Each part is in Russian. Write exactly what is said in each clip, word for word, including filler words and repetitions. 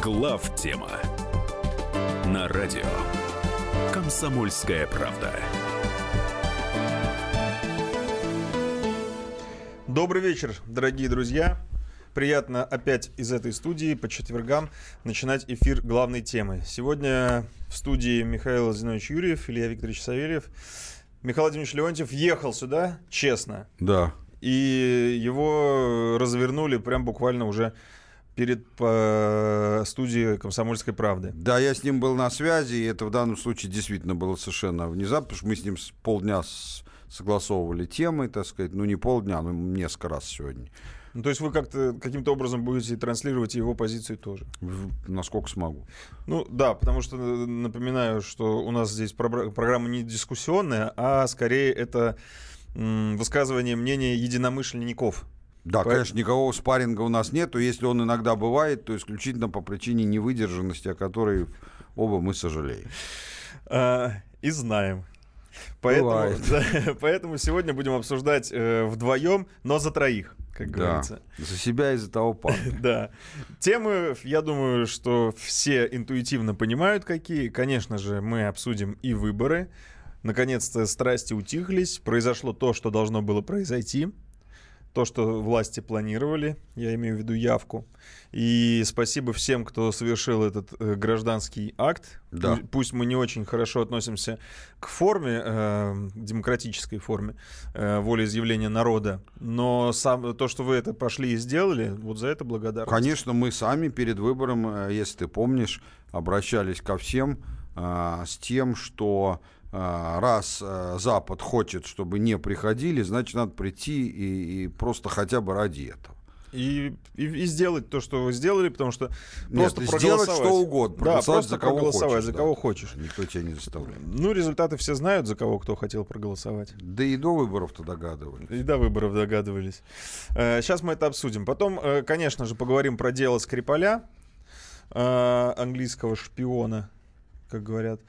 Главтема на радио «Комсомольская правда». Добрый вечер, дорогие друзья. Приятно опять из этой студии по четвергам начинать эфир главной темы. Сегодня в студии Михаил Владимирович Юрьев, Илья Викторович Савельев. Михаил Владимирович Леонтьев ехал сюда, честно. Да. И его развернули прям буквально уже перед по, студией «Комсомольской правды». Да, я с ним был на связи, и это в данном случае действительно было совершенно внезапно, потому что мы с ним с полдня с, согласовывали темы, так сказать, ну не полдня, но несколько раз сегодня. Ну, то есть вы как-то каким-то образом будете транслировать его позицию тоже? В, насколько смогу. Ну да, потому что напоминаю, что у нас здесь про- программа не дискуссионная, а скорее это м- высказывание мнения единомышленников. Да, По... конечно, никакого спарринга у нас нету. Если он иногда бывает, то исключительно по причине невыдержанности, о которой оба мы сожалеем. А, и знаем. Поэтому, да, поэтому сегодня будем обсуждать э, вдвоем, но за троих, как да, говорится. За себя и за того парня. Да. Темы, я думаю, что все интуитивно понимают, какие. Конечно же, мы обсудим и выборы. Наконец-то страсти утихлись. Произошло то, что должно было произойти. То, что власти планировали, я имею в виду явку. И спасибо всем, кто совершил этот э, гражданский акт. Да. Пусть, пусть мы не очень хорошо относимся к форме, э, демократической форме э, волеизъявления народа, но сам, то, что вы это пошли и сделали, вот за это благодарность. Конечно, мы сами перед выбором, если ты помнишь, обращались ко всем э, с тем, что раз Запад хочет, чтобы не приходили, значит, надо прийти и, и просто хотя бы ради этого. И, и, и сделать то, что вы сделали, потому что Нет, просто сделать что угодно, проголосовать да, просто за кого проголосовать, хочешь, за да, кого хочешь. Никто тебя не заставляет. Ну, результаты все знают, за кого кто хотел проголосовать. Да и до выборов-то догадывались. И до выборов догадывались. Сейчас мы это обсудим. Потом, конечно же, поговорим про дело Скрипаля, английского шпиона, как говорят.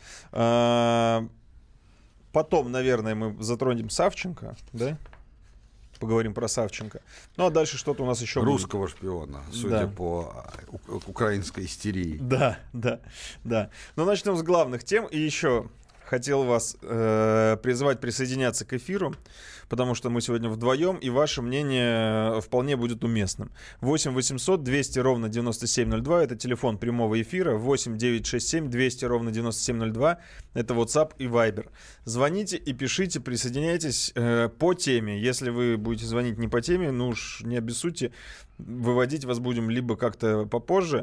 Потом, наверное, мы затронем Савченко, да? Поговорим про Савченко. Ну, а дальше что-то у нас еще Русского будет. шпиона, судя да. по у- украинской истерии. Да, да, да. Но начнем с главных тем. И еще хотел вас э, призвать присоединяться к эфиру, потому что мы сегодня вдвоем, и ваше мнение вполне будет уместным. восемь восемьсот двести ровно девяносто семь ноль два, это телефон прямого эфира. восемь девятьсот шестьдесят семь двести ровно девяносто семь ноль два, это WhatsApp и Viber. Звоните и пишите, присоединяйтесь э, по теме. Если вы будете звонить не по теме, ну уж не обессудьте, выводить вас будем либо как-то попозже,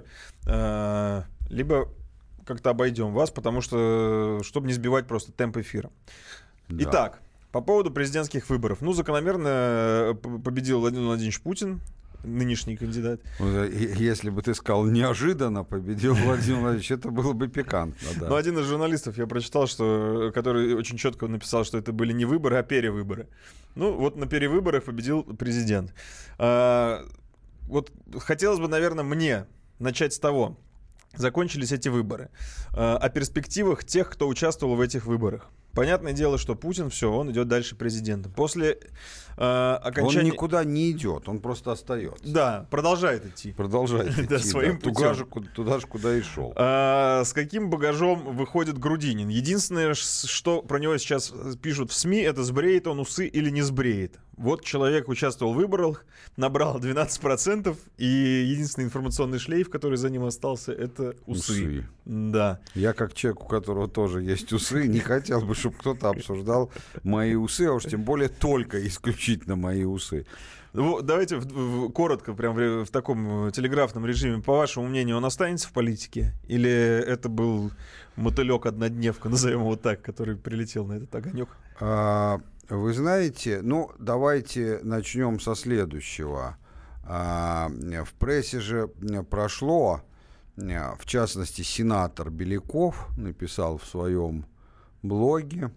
э, либо как-то обойдем вас, потому что, чтобы не сбивать просто темп эфира. Да. Итак, по поводу президентских выборов. Ну, закономерно победил Владимир Владимирович Путин, нынешний кандидат. Если бы ты сказал, неожиданно победил Владимир Владимирович, это было бы пикантно. Да. Но один из журналистов, я прочитал, что, который очень четко написал, что это были не выборы, а перевыборы. Ну, вот на перевыборах победил президент. А, вот хотелось бы, наверное, мне начать с того, закончились эти выборы, о перспективах тех, кто участвовал в этих выборах. Понятное дело, что Путин, все, он идет дальше президентом. После э, окончания... Он никуда не идет, он просто остается. Да, продолжает идти. Продолжает идти, да, своим да, туда, же, туда же, куда и шел. А, с каким багажом выходит Грудинин? Единственное, что про него сейчас пишут в СМИ, это сбреет он усы или не сбреет. Вот человек участвовал в выборах, набрал двенадцать процентов, и единственный информационный шлейф, который за ним остался, это усы. Усы. Да. Я, как человек, у которого тоже есть усы, не хотел бы, чтобы кто-то обсуждал мои усы, а уж тем более только исключительно мои усы. Ну, давайте в, в, коротко, прям в, в таком телеграфном режиме. По вашему мнению, он останется в политике? Или это был мотылек-однодневка, назовем его так, который прилетел на этот огонек? А, вы знаете, ну, давайте начнем со следующего. А, в прессе же прошло, в частности, сенатор Беляков написал в своем блоге,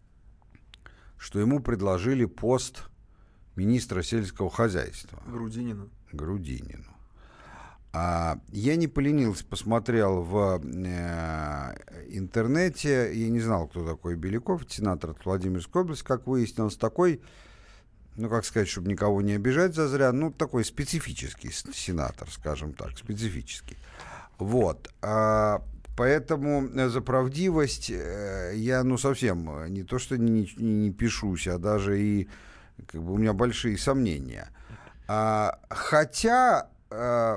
что ему предложили пост министра сельского хозяйства. Грудинину. Грудинину. А, я не поленился, посмотрел в э, интернете, я не знал, кто такой Беляков, сенатор от Владимирской области, как выяснилось, такой, ну, как сказать, чтобы никого не обижать зазря, ну, такой специфический сенатор, скажем так, специфический. Вот. А, поэтому за правдивость я, ну, совсем не то, что не, не, не пишусь, а даже и как бы у меня большие сомнения. А, хотя, а,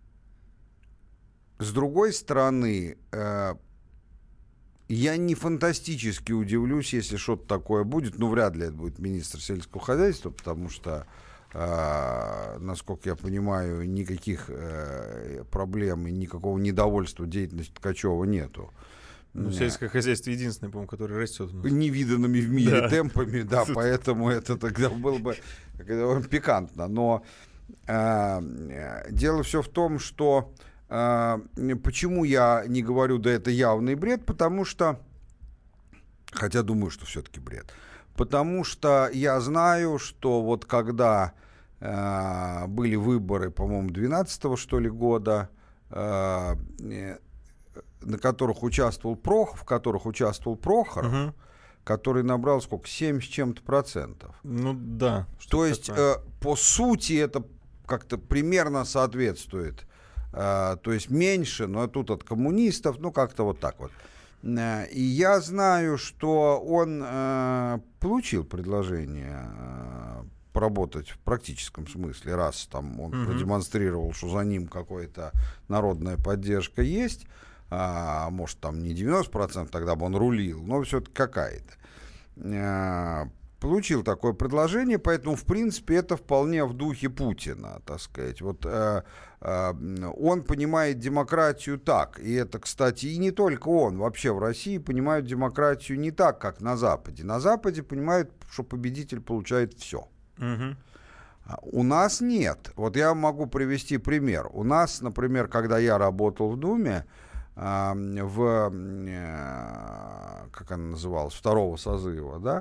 с другой стороны, а, я не фантастически удивлюсь, если что-то такое будет. Ну, вряд ли это будет министр сельского хозяйства, потому что, э, насколько я понимаю, никаких э, проблем и никакого недовольства деятельностью Ткачева нету. Ну, сельское хозяйство единственное, по-моему, которое растет у нас. Невиданными в мире да. темпами, да, поэтому это тогда было бы пикантно. Но э, дело все в том, что почему я не говорю, да это явный бред, потому что, хотя думаю, что все-таки бред, потому что я знаю, что вот когда э, были выборы, по-моему, двенадцатого, что ли, года, э, на которых участвовал Прохоров, в которых участвовал Прохоров, угу. который набрал сколько, семь с чем-то процентов. Ну да. То есть, э, по сути, это как-то примерно соответствует. Uh, то есть меньше, но тут от коммунистов, ну как-то вот так вот. Uh, и я знаю, что он uh, получил предложение uh, поработать в практическом смысле, раз там он mm-hmm. продемонстрировал, что за ним какая-то народная поддержка есть, uh, может там не девяносто процентов, тогда бы он рулил, но все-таки какая-то. Uh, Получил такое предложение, поэтому, в принципе, это вполне в духе Путина, так сказать. Вот э, э, он понимает демократию так, и это, кстати, и не только он, вообще в России понимают демократию не так, как на Западе. На Западе понимают, что победитель получает все. Угу. У нас нет. Вот я могу привести пример. У нас, например, когда я работал в Думе, э, в, э, как она называлась, второго созыва, да,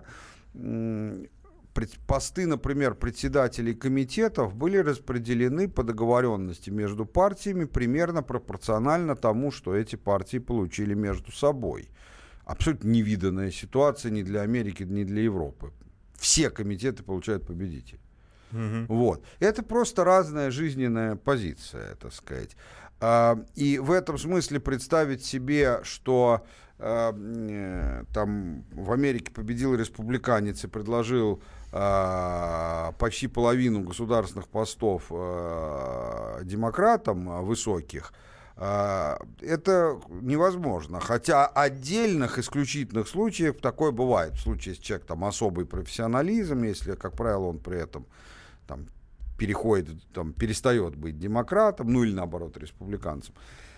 посты, например, председателей комитетов были распределены по договоренности между партиями примерно пропорционально тому, что эти партии получили между собой. Абсолютно невиданная ситуация ни для Америки, ни для Европы. Все комитеты получают победителя. Угу. Вот. Это просто разная жизненная позиция, так сказать. И в этом смысле представить себе, что там в Америке победил республиканец и предложил э, почти половину государственных постов э, демократам высоких, э, это невозможно. Хотя отдельных исключительных случаев такое бывает. В случае, если человек там особый профессионализм, если, как правило, он при этом там, переходит, там, перестает быть демократом, ну или наоборот республиканцем.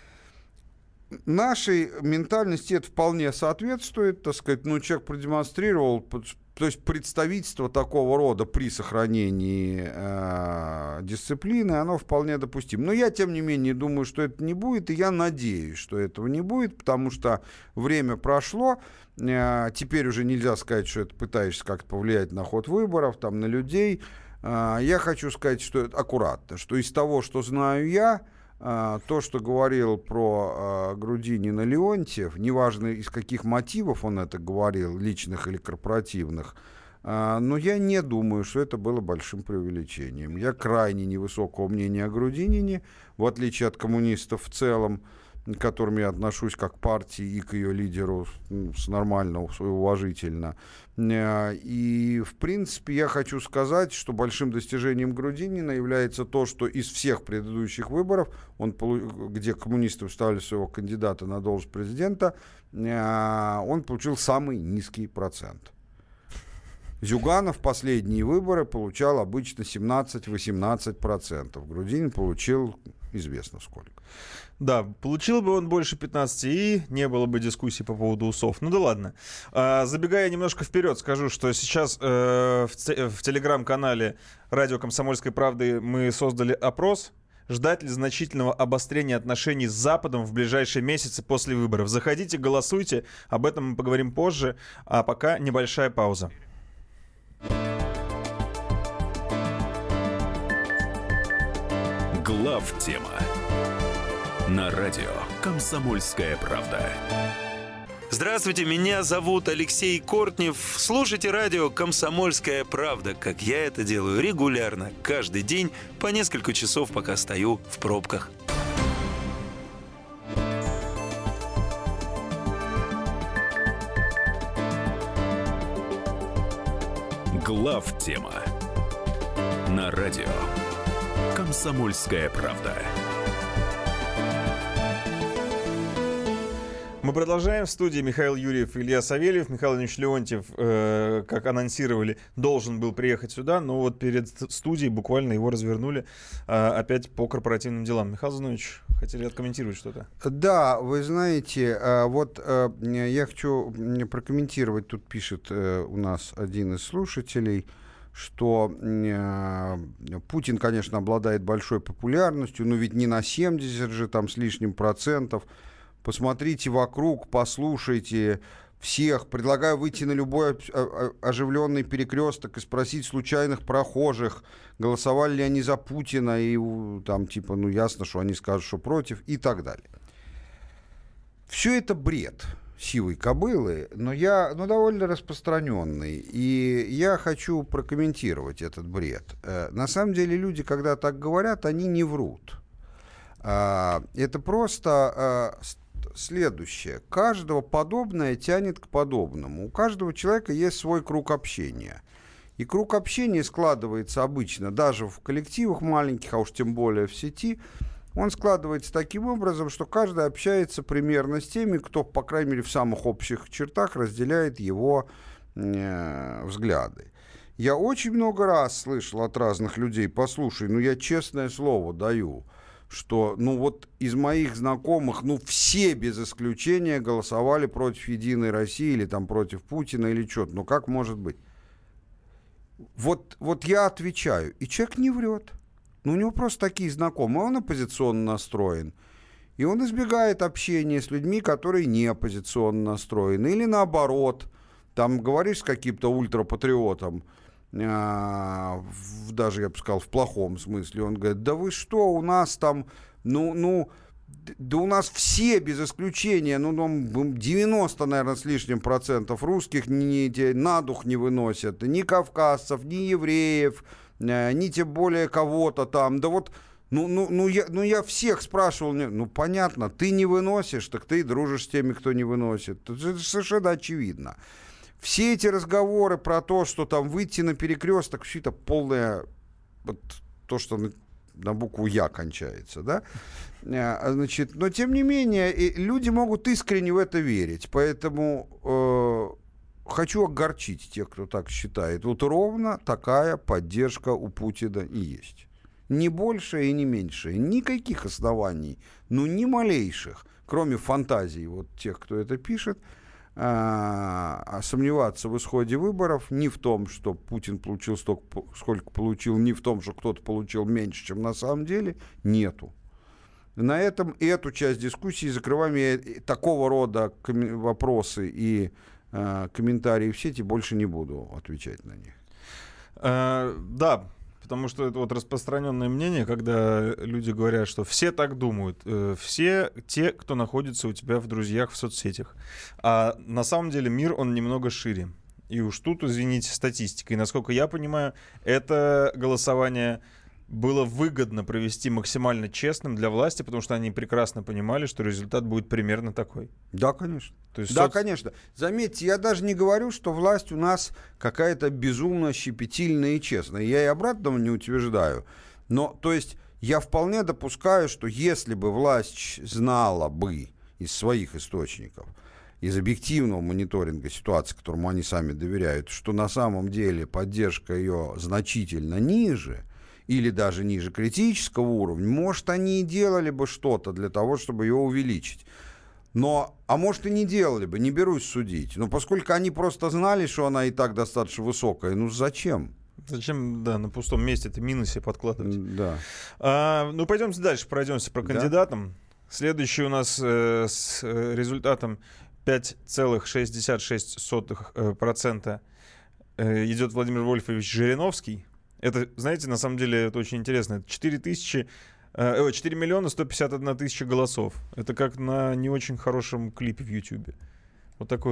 Нашей ментальности это вполне соответствует, так сказать, ну, человек продемонстрировал, то есть представительство такого рода при сохранении э, дисциплины, оно вполне допустимо. Но я, тем не менее, думаю, что это не будет, и я надеюсь, что этого не будет, потому что время прошло, э, теперь уже нельзя сказать, что это пытаешься как-то повлиять на ход выборов, там, на людей. Э, я хочу сказать, что это аккуратно, что из того, что знаю я, то, что говорил про uh, Грудинина Леонтьев, неважно из каких мотивов он это говорил, личных или корпоративных, uh, но я не думаю, что это было большим преувеличением. Я крайне невысокого мнения о Грудинине, в отличие от коммунистов в целом, к которым я отношусь как к партии и к ее лидеру с нормально, уважительно. И, в принципе, я хочу сказать, что большим достижением Грудинина является то, что из всех предыдущих выборов, он, где коммунисты вставили своего кандидата на должность президента, он получил самый низкий процент. Зюганов в последние выборы получал обычно семнадцать-восемнадцать процентов. Грудинин получил известно сколько. Да, получил бы он больше пятнадцати, и не было бы дискуссий по поводу усов. Ну да ладно. А, забегая немножко вперед, скажу, что сейчас э, в, те, в телеграм-канале «Радио Комсомольской правды» мы создали опрос. Ждать ли значительного обострения отношений с Западом в ближайшие месяцы после выборов? Заходите, голосуйте. Об этом мы поговорим позже. А пока небольшая пауза. Главтема на радио «Комсомольская правда». Здравствуйте, меня зовут Алексей Кортнев. Слушайте радио «Комсомольская правда», как я это делаю регулярно, каждый день, по несколько часов, пока стою в пробках. Глав тема на радио «Комсомольская правда». Мы продолжаем. В студии Михаил Юрьев и Илья Савельев. Михаил Ильич Леонтьев, э, как анонсировали, должен был приехать сюда, но вот перед студией буквально его развернули э, опять по корпоративным делам. Михаил Зинович, хотели откомментировать что-то? Да, вы знаете, вот я хочу прокомментировать, тут пишет у нас один из слушателей, что Путин, конечно, обладает большой популярностью, но ведь не на семьдесят же там с лишним процентов. Посмотрите вокруг, послушайте всех. Предлагаю выйти на любой оживленный перекресток и спросить случайных прохожих, голосовали ли они за Путина, и там типа, ну ясно, что они скажут, что против, и так далее. Все это бред сивой кобылы, но я, ну, довольно распространенный, и я хочу прокомментировать этот бред. На самом деле люди, когда так говорят, они не врут. Это просто следующее. Каждого подобное тянет к подобному. У каждого человека есть свой круг общения. И круг общения складывается обычно, даже в коллективах маленьких, а уж тем более в сети, он складывается таким образом, что каждый общается примерно с теми, кто, по крайней мере, в самых общих чертах разделяет его э, взгляды. Я очень много раз слышал от разных людей: послушай, ну я честное слово даю, что, ну вот из моих знакомых, ну все без исключения голосовали против Единой России или там против Путина или что-то. Ну как может быть? Вот, вот я отвечаю, и человек не врет. Ну у него просто такие знакомые, он оппозиционно настроен. И он избегает общения с людьми, которые не оппозиционно настроены. Или наоборот, там говоришь с каким-то ультрапатриотом, А, в, даже, я бы сказал, в плохом смысле. Он говорит: да вы что, у нас там, ну, ну, да у нас все, без исключения, ну, девяносто, наверное, с лишним процентов русских ни, ни, на дух не выносят, ни кавказцев, ни евреев, ни тем более кого-то там. Да вот, ну, ну, ну, я, ну, я всех спрашивал, ну, понятно, ты не выносишь, так ты дружишь с теми, кто не выносит. Это совершенно очевидно. Все эти разговоры про то, что там выйти на перекресток, все это полное, вот, то, что на, на букву «Я» кончается, да? Значит, но, тем не менее, люди могут искренне в это верить, поэтому э, хочу огорчить тех, кто так считает. Вот ровно такая поддержка у Путина и есть. Ни больше и не меньше. Никаких оснований, ну, ни малейших, кроме фантазий вот тех, кто это пишет, А, сомневаться в исходе выборов ни в том, что Путин получил столько, сколько получил, ни в том, что кто-то получил меньше, чем на самом деле, нету. На этом эту часть дискуссии закрываем. Я такого рода ком- вопросы и а, комментарии в сети больше не буду отвечать на них. А, да. Потому что это вот распространенное мнение, когда люди говорят, что все так думают, э, все те, кто находится у тебя в друзьях в соцсетях. А на самом деле мир, он немного шире. И уж тут, извините, статистика. И насколько я понимаю, это голосование было выгодно провести максимально честным для власти, потому что они прекрасно понимали, что результат будет примерно такой. Да, конечно. То есть да, соц... конечно. Заметьте, я даже не говорю, что власть у нас какая-то безумно щепетильная и честная. Я и обратного не утверждаю. Но, то есть, я вполне допускаю, что если бы власть знала бы из своих источников, из объективного мониторинга ситуации, которому они сами доверяют, что на самом деле поддержка ее значительно ниже, или даже ниже критического уровня, может, они и делали бы что-то для того, чтобы ее увеличить. Но, а может, и не делали бы, не берусь судить. Но поскольку они просто знали, что она и так достаточно высокая, ну зачем? Зачем, да, на пустом месте это минусе подкладывать? Да. А, ну, пойдемте дальше, пройдемся по кандидатам. Да? Следующий у нас э, с э, результатом пять целых шестьдесят шесть сотых процента э, идет Владимир Вольфович Жириновский. Это, знаете, на самом деле это очень интересно. Это четыре тысячи, э, четыре миллиона сто пятьдесят одна тысяча голосов. Это как на не очень хорошем клипе в Ютьюбе. Вот такой.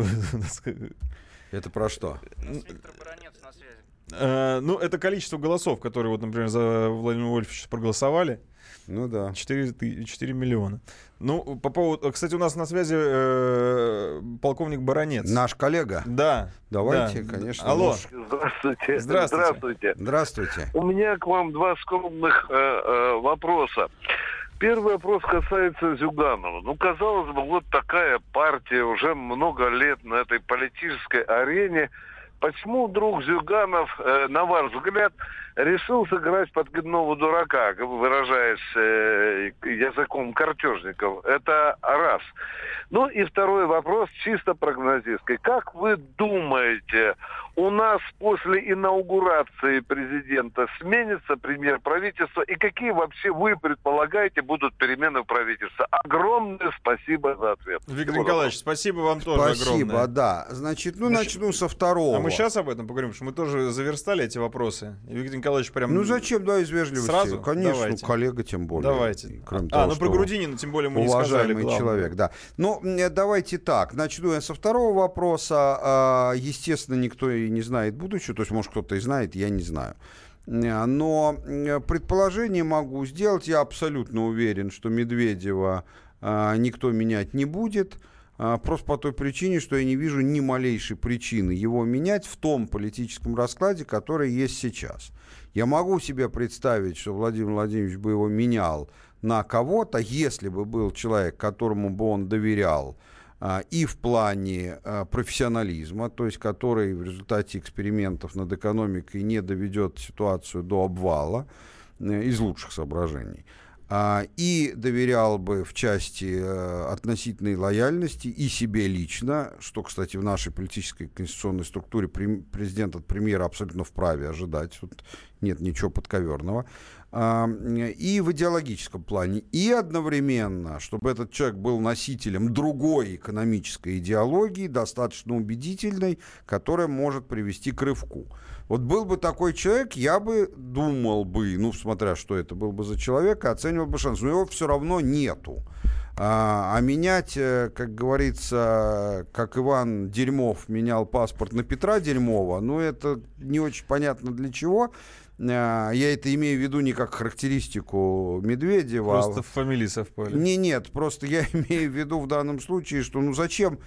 Это про что? Виктор Баранец на связи. Э, ну, это количество голосов, которые, вот, например, за Владимира Вольфовича проголосовали. Ну да. четыре, четыре миллиона. Ну, по поводу... Кстати, у нас на связи э, полковник Баранец. Наш коллега? Да. Давайте, да. конечно. Алло. Здравствуйте. Здравствуйте. Здравствуйте. Здравствуйте. У меня к вам два скромных э, э, вопроса. Первый вопрос касается Зюганова. Ну, казалось бы, вот такая партия уже много лет на этой политической арене. Почему вдруг Зюганов, э, на ваш взгляд, решил сыграть подкидного дурака, выражаясь э, языком картежников? Это раз. Ну и второй вопрос, чисто прогнозистский. Как вы думаете, у нас после инаугурации президента сменится премьер правительства? И какие вообще вы предполагаете будут перемены в правительстве? Огромное спасибо за ответ. Виктор Всего Николаевич, доброго. спасибо вам тоже огромное. Спасибо, да. Значит, ну, Значит, начну со второго. А мы сейчас об этом поговорим, потому что мы тоже заверстали эти вопросы. И Виктор Николаевич прям... Ну зачем, да, из вежливости? Сразу? Конечно, Давайте. ну, коллега тем более. Давайте. Кроме а, того, ну что про Грудинина тем более мы не сказали. уважаемый главное. человек, да. Ну, э, давайте так. Начну я со второго вопроса. А, естественно, никто и не знает будущего. То есть, может, кто-то и знает, я не знаю. Но предположение могу сделать. Я абсолютно уверен, что Медведева а, никто менять не будет. А, просто по той причине, что я не вижу ни малейшей причины его менять в том политическом раскладе, который есть сейчас. Я могу себе представить, что Владимир Владимирович бы его менял на кого-то, если бы был человек, которому бы он доверял, а, и в плане а, профессионализма, то есть который в результате экспериментов над экономикой не доведет ситуацию до обвала э, из лучших соображений. И доверял бы в части э, относительной лояльности и себе лично, что, кстати, в нашей политической конституционной структуре прем, президент от премьера абсолютно вправе ожидать, тут нет ничего подковерного, а, и в идеологическом плане, и одновременно, чтобы этот человек был носителем другой экономической идеологии, достаточно убедительной, которая может привести к рывку. Вот был бы такой человек, я бы думал бы, ну, смотря что это был бы за человек, оценивал бы шанс. Но его все равно нету. А, а менять, как говорится, как Иван Дерьмов менял паспорт на Петра Дерьмова, ну, это не очень понятно для чего. Я это имею в виду не как характеристику Медведева. Просто фамилии совпали. Не, нет, просто я имею в виду в данном случае, что ну зачем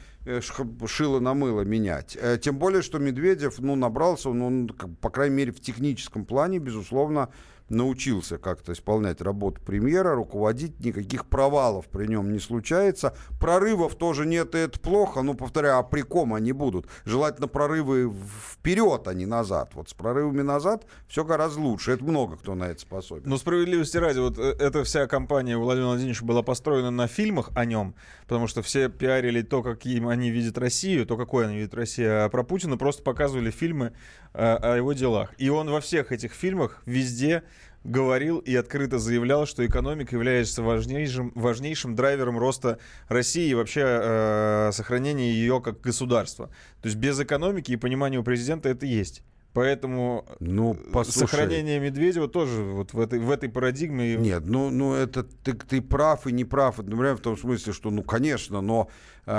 шило на мыло менять? Тем более, что Медведев, ну, набрался, ну, по крайней мере, в техническом плане, безусловно, научился как-то исполнять работу премьера, руководить, никаких провалов при нем не случается. Прорывов тоже нет, и это плохо, но, повторяю, а при ком они будут? Желательно прорывы вперед, а не назад. Вот с прорывами назад все гораздо лучше. Это много кто на это способен. Но справедливости ради, вот эта вся кампания у Владимира Владимировича была построена на фильмах о нем, потому что все пиарили то, каким они видят Россию, то, какой они видят Россию, а про Путина просто показывали фильмы о, о его делах. И он во всех этих фильмах везде говорил и открыто заявлял, что экономика является важнейшим, важнейшим драйвером роста России и вообще э, сохранения ее как государства. То есть без экономики и понимания у президента это есть. Поэтому ну, сохранение Медведева тоже вот в этой, в этой парадигме... Нет, ну, ну это ты, ты прав и не прав, например, в том смысле, что, ну, конечно, но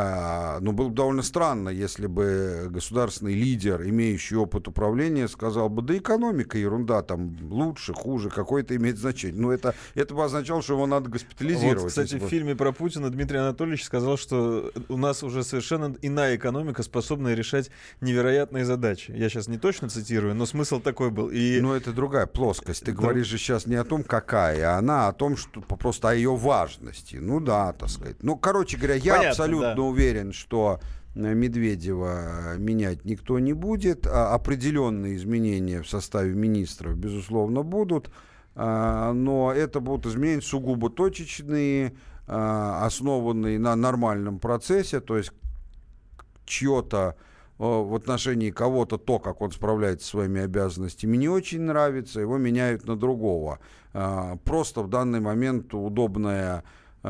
э, ну, было бы довольно странно, если бы государственный лидер, имеющий опыт управления, сказал бы, да экономика ерунда, там лучше, хуже, какое-то имеет значение. Ну, это, это бы означало, что его надо госпитализировать. Вот, кстати, в фильме про Путина Дмитрий Анатольевич сказал, что у нас уже совершенно иная экономика, способная решать невероятные задачи. Я сейчас не точно цитирую, но смысл такой был. И... Ну, это другая плоскость. Ты да. говоришь же сейчас не о том, какая, а она о том, что просто о ее важности. Ну да, так сказать. Ну, короче говоря, я Понятно, абсолютно да. уверен, что Медведева менять никто не будет. А определенные изменения в составе министров, безусловно, будут. А, но это будут изменения сугубо точечные, а, основанные на нормальном процессе, то есть чье-то в отношении кого-то то, как он справляется со своими обязанностями, не очень нравится, его меняют на другого. Просто в данный момент удобная,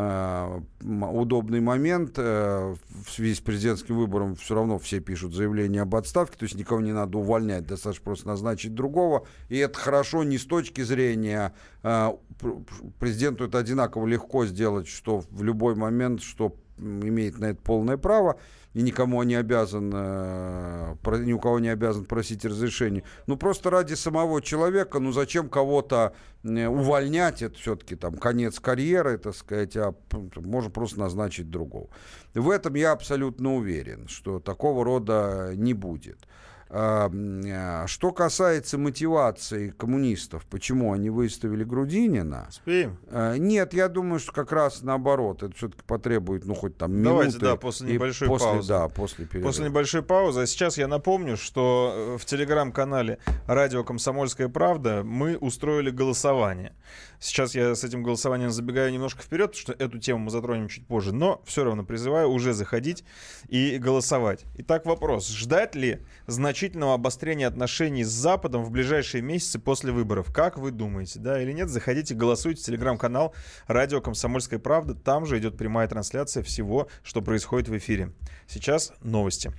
удобный момент в связи с президентским выбором все равно все пишут заявление об отставке, то есть никого не надо увольнять, достаточно просто назначить другого, и это хорошо не с точки зрения президенту это одинаково легко сделать, что в любой момент, что имеет на это полное право, и никому не обязан, э, про, ни у кого не обязан просить разрешения. Ну, просто ради самого человека, ну, зачем кого-то э, увольнять, это все-таки там конец карьеры, так сказать, а можно просто назначить другого. В этом я абсолютно уверен, что такого рода не будет. Что касается мотивации коммунистов, почему они выставили Грудинина? Успеем? Нет, я думаю, что как раз наоборот. Это все-таки потребует, ну, хоть там минуты. Давайте, да, после небольшой после, паузы. Да, после перерыва. После небольшой паузы. А сейчас я напомню, что в телеграм-канале «Радио Комсомольская правда» мы устроили голосование. Сейчас я с этим голосованием забегаю немножко вперед, потому что эту тему мы затронем чуть позже, но все равно призываю уже заходить и голосовать. Итак, вопрос. Ждать ли значительного обострения отношений с Западом в ближайшие месяцы после выборов? Как вы думаете, да или нет? Заходите, голосуйте в телеграм-канал «Радио Комсомольская правда». Там же идет прямая трансляция всего, что происходит в эфире. Сейчас новости.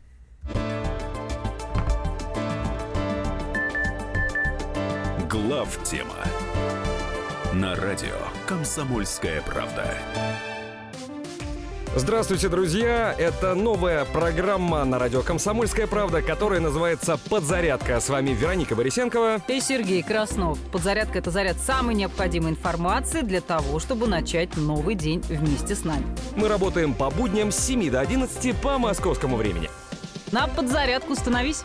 Главтема на радио «Комсомольская правда». Здравствуйте, друзья! Это новая программа на радио «Комсомольская правда», которая называется «Подзарядка». С вами Вероника Борисенкова и Сергей Краснов. Подзарядка — это заряд самой необходимой информации для того, чтобы начать новый день вместе с нами. Мы работаем по будням с семи до одиннадцати по московскому времени. На подзарядку становись!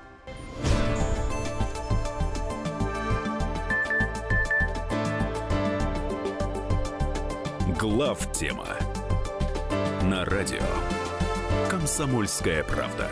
Главтема на радио «Комсомольская правда».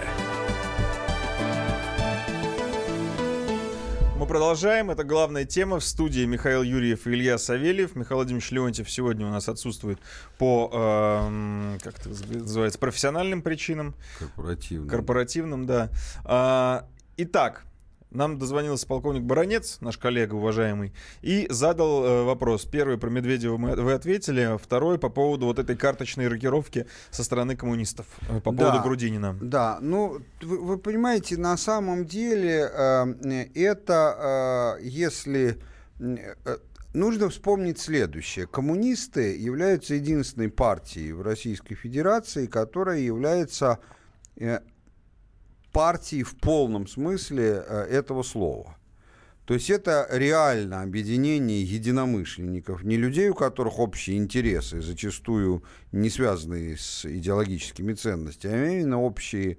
Мы продолжаем. Это главная тема. В студии Михаил Юрьев и Илья Савельев. Михаил Владимирович Леонтьев сегодня у нас отсутствует по, э, как это называется, профессиональным причинам. Корпоративным. Корпоративным, да. А, итак, нам дозвонился полковник Баранец, наш коллега уважаемый, и задал э, вопрос. Первый про Медведева мы, вы ответили, а второй по поводу вот этой карточной рокировки со стороны коммунистов, э, по поводу да, Грудинина. Да, ну, вы, вы понимаете, на самом деле э, это, э, если... Э, нужно вспомнить следующее. Коммунисты являются единственной партией в Российской Федерации, которая является... Э, партии в полном смысле э, этого слова. То есть это реально объединение единомышленников, не людей, у которых общие интересы, зачастую не связанные с идеологическими ценностями, а именно общие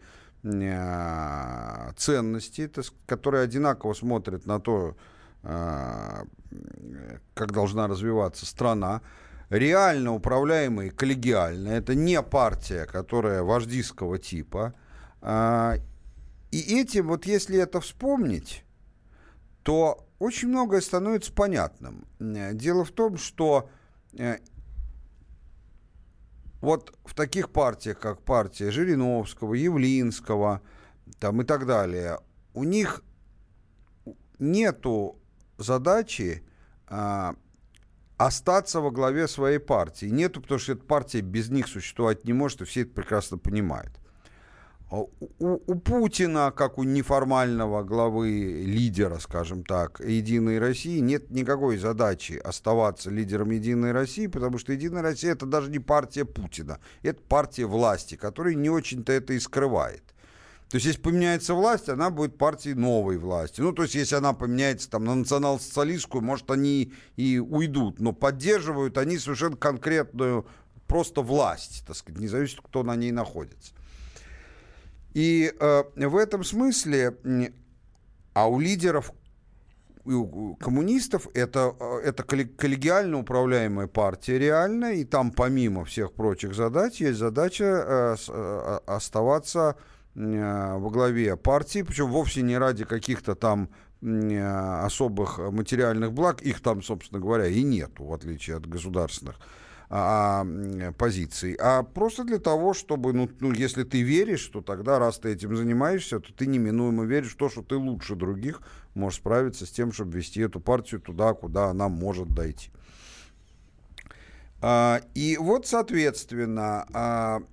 э, ценности, которые одинаково смотрят на то, э, как должна развиваться страна. Реально управляемые коллегиально. Это не партия, которая вождистского типа. Э, И этим, вот если это вспомнить, то очень многое становится понятным. Дело в том, что э, вот в таких партиях, как партия Жириновского, Явлинского там, и так далее, у них нету задачи э, остаться во главе своей партии. Нету, потому что эта партия без них существовать не может, и все это прекрасно понимают. У, у Путина, как у неформального главы, лидера, скажем так, «Единой России», нет никакой задачи оставаться лидером «Единой России», потому что «Единая Россия» — это даже не партия Путина, это партия власти, которая не очень-то это и скрывает. То есть, если поменяется власть, она будет партией новой власти. Ну, то есть, если она поменяется там, на национал-социалистскую, может, они и уйдут, но поддерживают они совершенно конкретную просто власть, так сказать, не зависит, кто на ней находится. И э, в этом смысле, а у лидеров, у коммунистов это, это коллегиально управляемая партия реально, и там помимо всех прочих задач есть задача э, э, оставаться э, во главе партии, причем вовсе не ради каких-то там э, особых материальных благ, их там, собственно говоря, и нету, в отличие от государственных А, позиций, а просто для того, чтобы, ну, ну, если ты веришь, то тогда, раз ты этим занимаешься, то ты неминуемо веришь в то, что ты лучше других можешь справиться с тем, чтобы вести эту партию туда, куда она может дойти. А, и вот, соответственно, а,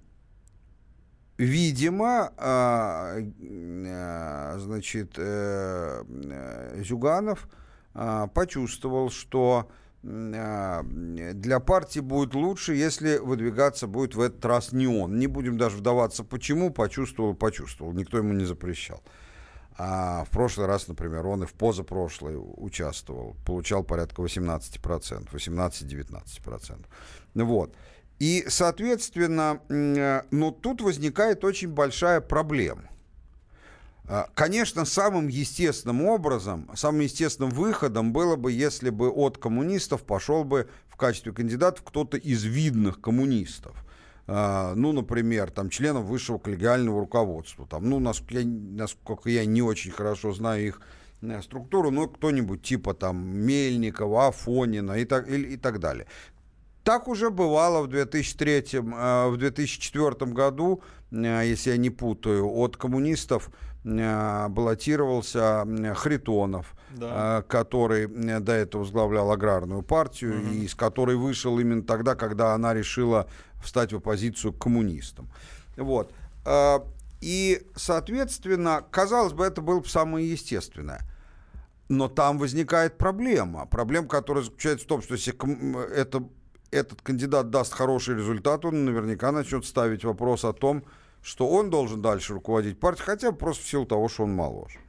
видимо, а, а, значит, а, Зюганов а, почувствовал, что для партии будет лучше, если выдвигаться будет в этот раз не он. Не будем даже вдаваться почему, почувствовал, почувствовал, никто ему не запрещал. А в прошлый раз, например, он и в позапрошлый участвовал, получал порядка восемнадцать процентов, восемнадцать-девятнадцать процентов. Вот. И, соответственно, ну, тут возникает очень большая проблема. Конечно, самым естественным образом, самым естественным выходом было бы, если бы от коммунистов пошел бы в качестве кандидатов кто-то из видных коммунистов. Ну, например, там, членов высшего коллегиального руководства. Там, ну, насколько я, насколько я не очень хорошо знаю их структуру, но кто-нибудь типа там Мельникова, Афонина и так, и, и так далее. Так уже бывало в две тысячи третьем, в две тысячи четвёртом году, если я не путаю, от коммунистов баллотировался Харитонов, да. который до этого возглавлял аграрную партию, угу. и из которой вышел именно тогда, когда она решила встать в оппозицию к коммунистам. Вот. И, соответственно, казалось бы, это было бы самое естественное. Но там возникает проблема. Проблема, которая заключается в том, что если это, этот кандидат даст хороший результат, он наверняка начнет ставить вопрос о том, что он должен дальше руководить партией, хотя бы просто в силу того, что он моложе.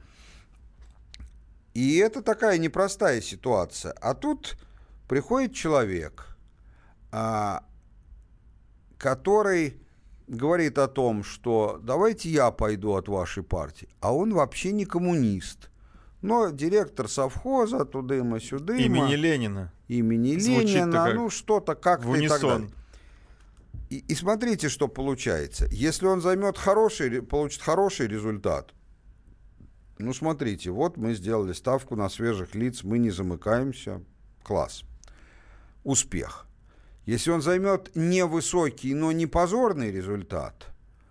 И это такая непростая ситуация. А тут приходит человек, а, который говорит о том, что давайте я пойду от вашей партии, а он вообще не коммунист, но директор совхоза, тудыма-сюдыма. Имени Ленина. Имени Ленина, ну что-то как-то и так далее. И, и смотрите, что получается. Если он займет хороший, получит хороший результат, ну смотрите, вот мы сделали ставку на свежих лиц, мы не замыкаемся, класс, успех. Если он займет невысокий, но не позорный результат,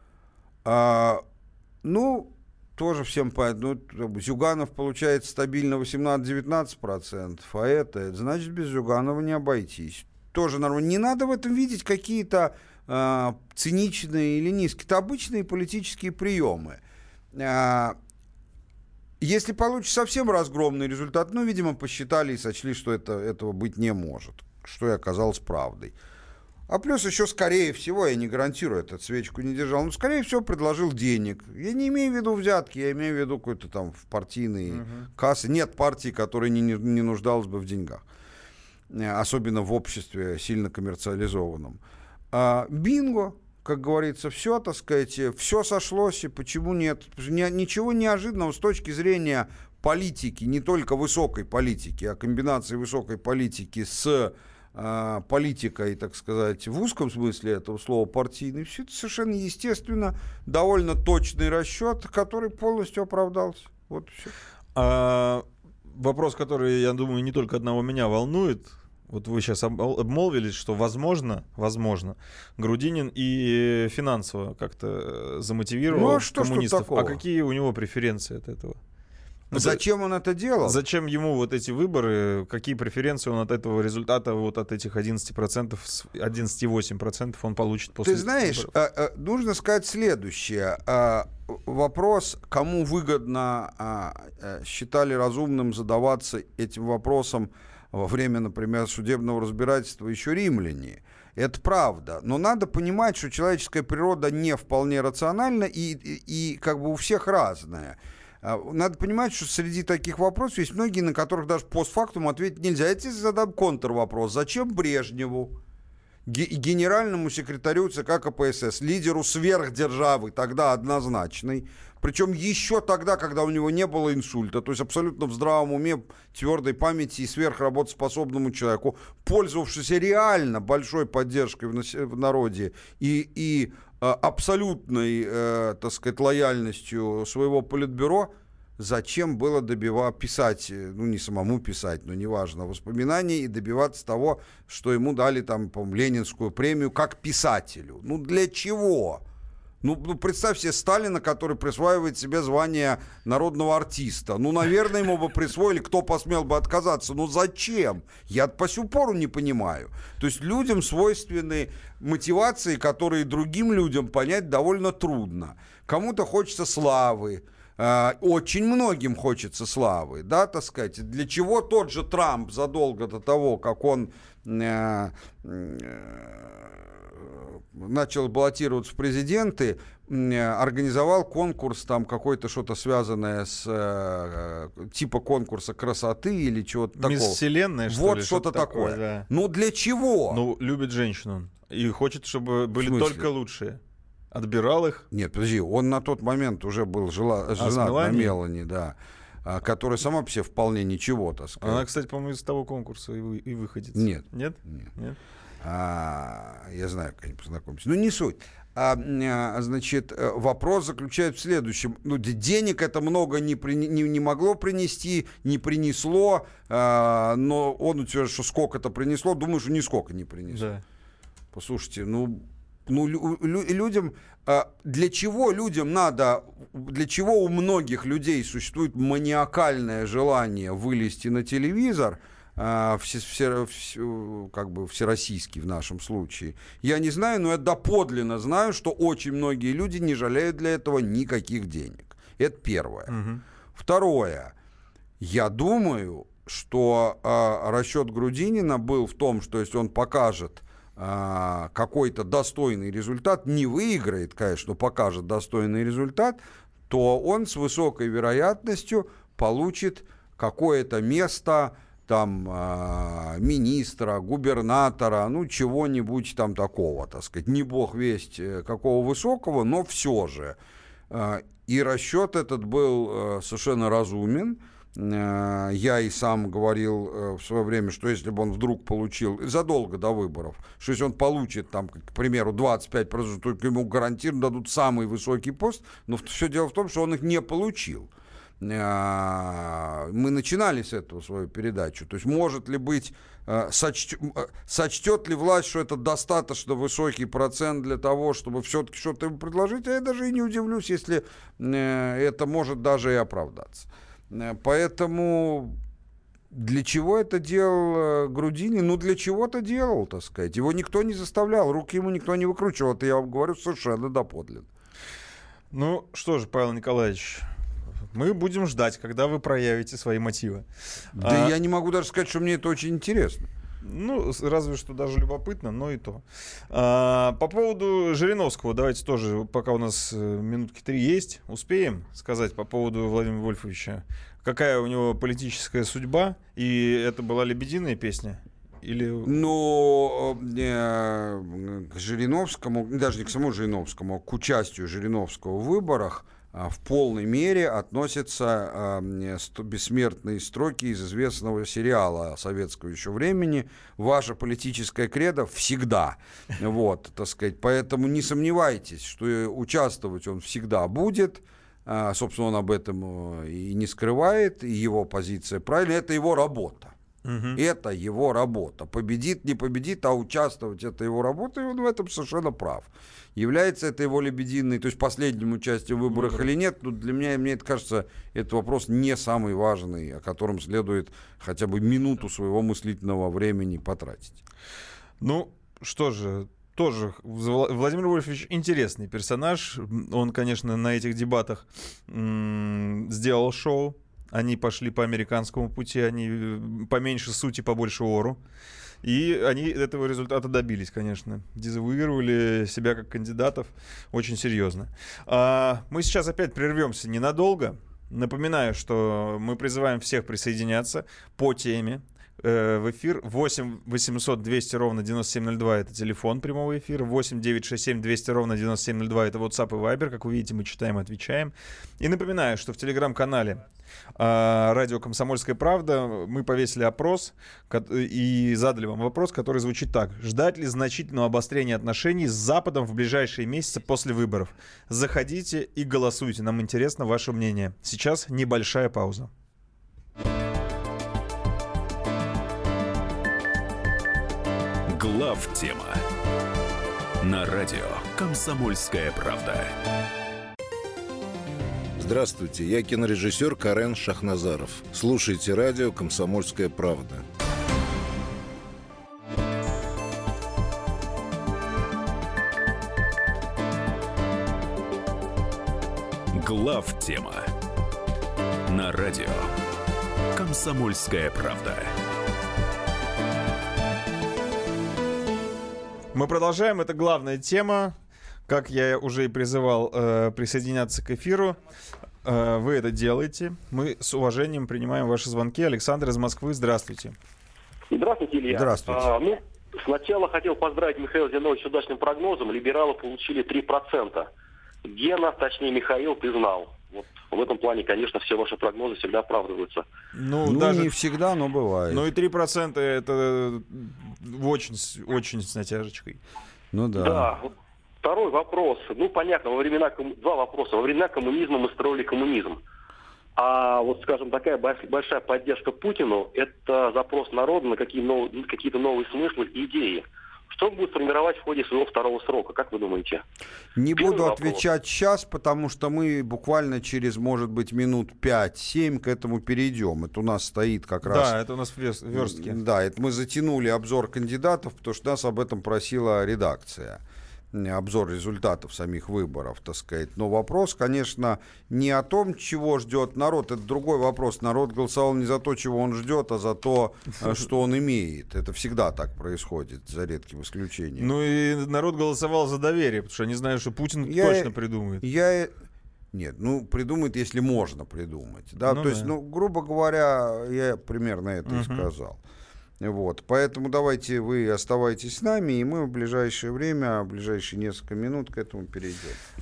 а, ну, тоже всем понятно, ну, Зюганов получает стабильно восемнадцать-девятнадцать процентов, а это, значит, без Зюганова не обойтись. Тоже нормально. Не надо в этом видеть какие-то а, циничные или низкие. Это обычные политические приемы. А, если получится совсем разгромный результат, ну, видимо, посчитали и сочли, что это, этого быть не может, что и оказалось правдой. А плюс еще, скорее всего, я не гарантирую, этот свечку не держал, но, скорее всего, предложил денег. Я не имею в виду взятки, я имею в виду какой-то там в партийные uh-huh. кассы. Нет партии, которая не, не нуждалась бы в деньгах. Особенно в обществе сильно коммерциализованном. А, бинго, как говорится, все, так сказать, все сошлось, и почему нет? Ничего неожиданного с точки зрения политики, не только высокой политики, а комбинации высокой политики с а, политикой, так сказать, в узком смысле этого слова партийной. Все это совершенно естественно, довольно точный расчет, который полностью оправдался. Вот и все. А, вопрос, который, я думаю, не только одного меня волнует. Вот вы сейчас обмолвились, что возможно, возможно, Грудинин и финансово как-то замотивировал ну, а что, коммунистов. Что а какие у него преференции от этого? Зачем он это делал? Зачем ему вот эти выборы? Какие преференции он от этого результата, вот от этих одиннадцати процентов, одиннадцать целых восемь десятых процента он получит после Ты знаешь, выборов? Нужно сказать следующее. Вопрос, кому выгодно, считали разумным задаваться этим вопросом во время, например, судебного разбирательства еще римляне. Это правда. Но надо понимать, что человеческая природа не вполне рациональна и, и, и как бы у всех разная. Надо понимать, что среди таких вопросов есть многие, на которых даже постфактум ответить нельзя. Я тебе задам контрвопрос. Зачем Брежневу, генеральному секретарю ЦК КПСС, лидеру сверхдержавы, тогда однозначной, причем еще тогда, когда у него не было инсульта, то есть абсолютно в здравом уме, твердой памяти и сверхработоспособному человеку, пользовавшийся реально большой поддержкой в, в народе и, и э, абсолютной, э, так сказать, лояльностью своего политбюро, зачем было добиваться, писать, ну не самому писать, но неважно, воспоминания и добиваться того, что ему дали там, по-моему, Ленинскую премию как писателю. Ну для чего? Ну, ну, представь себе Сталина, который присваивает себе звание народного артиста. Ну, наверное, ему бы присвоили, кто посмел бы отказаться. Ну, зачем? Я по сю пору не понимаю. То есть людям свойственны мотивации, которые другим людям понять довольно трудно. Кому-то хочется славы, э, очень многим хочется славы, да, так сказать. Для чего тот же Трамп задолго до того, как он э, э, начал баллотироваться в президенты, организовал конкурс, там какой-то что-то связанное с э, типа конкурса красоты или чего-то такого. Мисс Вселенная, что вот ли? что-то, что-то такое. такое. Да. Ну для чего? Ну, любит женщину и хочет, чтобы были только лучшие. Отбирал их. Нет, подожди, он на тот момент уже был жила, женат а, на Мелани, да, которая сама по себе вполне ничего, так сказать. Она, кстати, по-моему, из того конкурса и, вы, и выходит. Нет. Нет? Нет. Нет? А, я знаю, как они познакомились. Ну, не суть. А, а, значит, вопрос заключается в следующем. Ну, денег это много не, при, не, не могло принести, не принесло, а, но он утверждает, что сколько-то принесло. Думаю, что нисколько не принесло. Да. Послушайте, ну... Ну, лю- лю- людям, для чего людям надо, для чего у многих людей существует маниакальное желание вылезти на телевизор, все, все, все, как бы всероссийский в нашем случае, я не знаю, но я доподлинно знаю, что очень многие люди не жалеют для этого никаких денег. Это первое. Угу. Второе. Я думаю, что расчет Грудинина был в том, что если он покажет какой-то достойный результат, не выиграет, конечно, но покажет достойный результат, то он с высокой вероятностью получит какое-то место там министра, губернатора, ну, чего-нибудь там такого, так сказать. Не бог весть какого высокого, но все же. И расчет этот был совершенно разумен. Я и сам говорил в свое время, что если бы он вдруг получил, задолго до выборов, что если он получит, там, к примеру, двадцать пять процентов, только ему гарантированно дадут самый высокий пост, но все дело в том, что он их не получил. Мы начинали с этого свою передачу. То есть может ли быть, сочтет, сочтет ли власть, что это достаточно высокий процент для того, чтобы все-таки что-то ему предложить, а я даже и не удивлюсь, если это может даже и оправдаться. Поэтому для чего это делал Грудинин? Ну, для чего-то делал, так сказать. Его никто не заставлял, руки ему никто не выкручивал. Это я вам говорю совершенно доподлинно. Ну, что же, Павел Николаевич, мы будем ждать, когда вы проявите свои мотивы. Да а... я не могу даже сказать, что мне это очень интересно. Ну, разве что даже любопытно, но и то. А, по поводу Жириновского, давайте тоже, пока у нас минутки три есть, успеем сказать по поводу Владимира Вольфовича. Какая у него политическая судьба? И это была лебединая песня? Или... Ну, э, к Жириновскому, даже не к самому Жириновскому, а к участию Жириновского в выборах в полной мере относятся э, бессмертные строки из известного сериала советского еще времени «Ваша политическая кредо всегда». Вот, так сказать. Поэтому не сомневайтесь, что участвовать он всегда будет. А, собственно, он об этом и не скрывает, и его позиция правильная. Это его работа. Угу. Это его работа. Победит, не победит, а участвовать — это его работа, и он в этом совершенно прав. Является это его лебединой, то есть последним участием в выборах Выбор. или нет, ну, для меня, мне это кажется, этот вопрос не самый важный, о котором следует хотя бы минуту своего мыслительного времени потратить. Ну, что же, тоже Владимир Вольфович интересный персонаж. Он, конечно, на этих дебатах м- сделал шоу. Они пошли по американскому пути, они поменьше сути, побольше ору. И они этого результата добились, конечно. Дезавуировали себя как кандидатов очень серьезно. А, мы сейчас опять прервемся ненадолго. Напоминаю, что мы призываем всех присоединяться по теме э, в эфир. восемь восемьсот двести ровно девяносто семь ноль два — это телефон прямого эфира. восемь девятьсот шестьдесят семь двести ровно девяносто семь ноль два — это WhatsApp и Viber. Как вы видите, мы читаем и отвечаем. И напоминаю, что в телеграм-канале радио «Комсомольская правда» мы повесили опрос и задали вам вопрос, который звучит так: ждать ли значительного обострения отношений с Западом в ближайшие месяцы после выборов? Заходите и голосуйте, нам интересно ваше мнение. Сейчас небольшая пауза. Главтема на радио «Комсомольская правда». Здравствуйте, я кинорежиссер Карен Шахназаров. Слушайте радио «Комсомольская правда». Главтема На радио «Комсомольская правда». Мы продолжаем. Это главная тема. Как я уже и призывал э, присоединяться к эфиру. Э, вы это делаете. Мы с уважением принимаем ваши звонки. Александр из Москвы. Здравствуйте. Здравствуйте, Илья. Здравствуйте. А, ну, сначала хотел поздравить Михаила Зиновича с удачным прогнозом. Либералы получили три процента. Гена, точнее Михаил, ты знал. Вот в этом плане, конечно, все ваши прогнозы всегда оправдываются. Ну, Ну, даже... не всегда, но бывает. Ну и три процента это очень, очень с натяжечкой. Ну да. Да. Вот второй вопрос. Ну, понятно, во времена ком- два вопроса. Во времена коммунизма мы строили коммунизм. А вот, скажем, такая большая поддержка Путину – это запрос народа на какие нов... какие-то новые смыслы и идеи. Что он будет формировать в ходе своего второго срока, как вы думаете? Не Первый буду вопрос. отвечать сейчас, потому что мы буквально через, может быть, минут пять-семь к этому перейдем. Это у нас стоит как раз... Да, это у нас в вес- верстке. Да, это мы затянули обзор кандидатов, потому что нас об этом просила редакция. Обзор результатов самих выборов, так сказать. Но вопрос, конечно, не о том, чего ждет народ. Это другой вопрос. Народ голосовал не за то, чего он ждет, а за то, что он имеет. Это всегда так происходит, за редким исключением. Ну и народ голосовал за доверие, потому что они знают, что Путин Я- точно придумает. Я... Нет, ну, придумает, если можно придумать. Да? Ну То да. есть, ну, грубо говоря, я примерно это и Мгм. сказал. Вот, поэтому давайте вы оставайтесь с нами, и мы в ближайшее время, в ближайшие несколько минут к этому перейдем.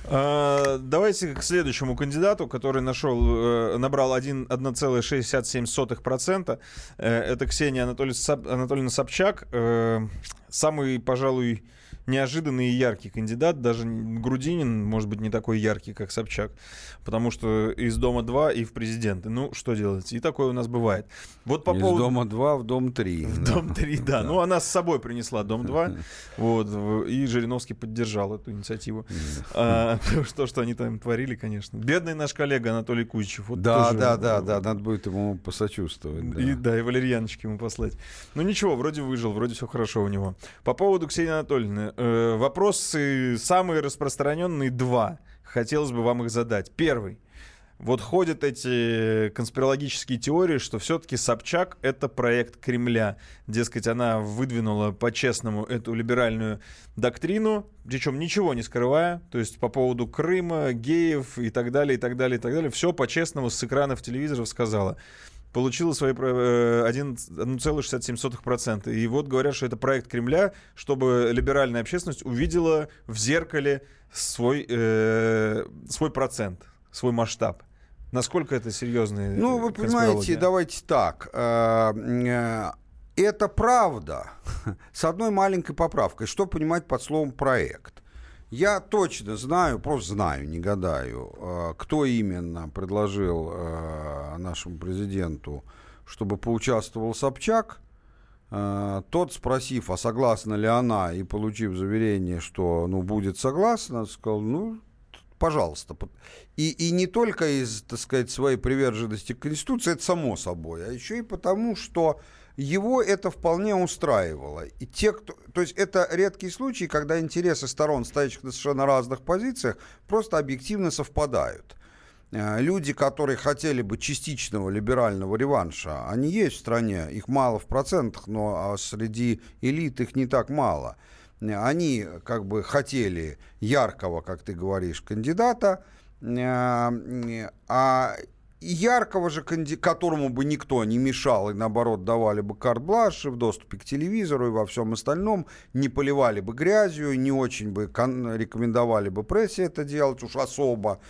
А, давайте к следующему кандидату, который нашел, э, набрал один- одна целая шестьдесят семь сотых процента. Э, Это Ксения Анатолий- Сап- Анатольевна Собчак. Э, Самый, пожалуй, неожиданный и яркий кандидат. Даже Грудинин, может быть, не такой яркий, как Собчак. Потому что из Дома-два и в президенты. Ну, что делать? И такое у нас бывает. Вот по Из поводу... дома два в дом три. В Дом-три, да. Ну, она с собой принесла Дом-два. Вот. в- И Жириновский поддержал эту инициативу. А, То, что они там творили, конечно. Бедный наш коллега Анатолий Кузичев. вот Да, тоже, да, э, да, да, надо будет ему посочувствовать. Да. И, да, и валерьяночки ему послать. Ну ничего, вроде выжил, вроде все хорошо у него. По поводу Ксении Анатольевны. э, вопросы самые распространенные два. Хотелось бы вам их задать. Первый. Вот ходят эти конспирологические теории, что все-таки Собчак — это проект Кремля. Дескать, она выдвинула по-честному эту либеральную доктрину, причем ничего не скрывая, то есть по поводу Крыма, геев и так далее, и так далее, и так далее. Все по-честному с экранов телевизоров сказала. Получила свои э, одна целая шестьдесят семь сотых процента. И вот говорят, что это проект Кремля, чтобы либеральная общественность увидела в зеркале свой, э, свой процент, свой масштаб. Насколько это серьезные Ну, вы понимаете, давайте так. э, э, Это правда, с одной маленькой поправкой. Что понимать под словом «проект»? Я точно знаю, просто знаю, не гадаю, э, кто именно предложил э, нашему президенту, чтобы поучаствовал Собчак. Э, Тот, спросив, а согласна ли она, и получив заверение, что ну, будет согласна, сказал, ну, пожалуйста. И, и не только из, так сказать, своей приверженности к Конституции, это само собой, а еще и потому, что его это вполне устраивало. И те, кто, то есть это редкий случай, когда интересы сторон, стоящих на совершенно разных позициях, просто объективно совпадают. Люди, которые хотели бы частичного либерального реванша, они есть в стране, их мало в процентах, но среди элит их не так мало. Они как бы хотели яркого, как ты говоришь, кандидата, а яркого же, которому бы никто не мешал, и наоборот давали бы карт-бланш в доступе к телевизору и во всем остальном, не поливали бы грязью, не очень бы рекомендовали бы прессе это делать, уж особо.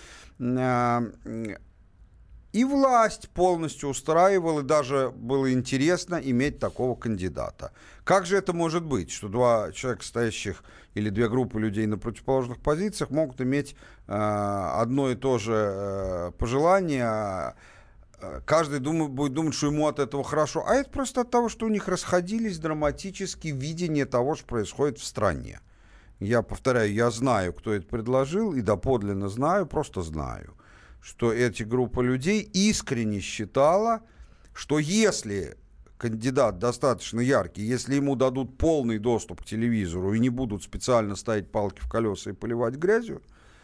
И власть полностью устраивала, и даже было интересно иметь такого кандидата. Как же это может быть, что два человека, стоящих, или две группы людей на противоположных позициях, могут иметь э, одно и то же э, пожелание, э, каждый думает, будет думать, что ему от этого хорошо, а это просто от того, что у них расходились драматические видения того, что происходит в стране. Я повторяю, я знаю, кто это предложил, и доподлинно знаю, просто знаю, что эта группа людей искренне считала, что если кандидат достаточно яркий, если ему дадут полный доступ к телевизору и не будут специально ставить палки в колеса и поливать грязью,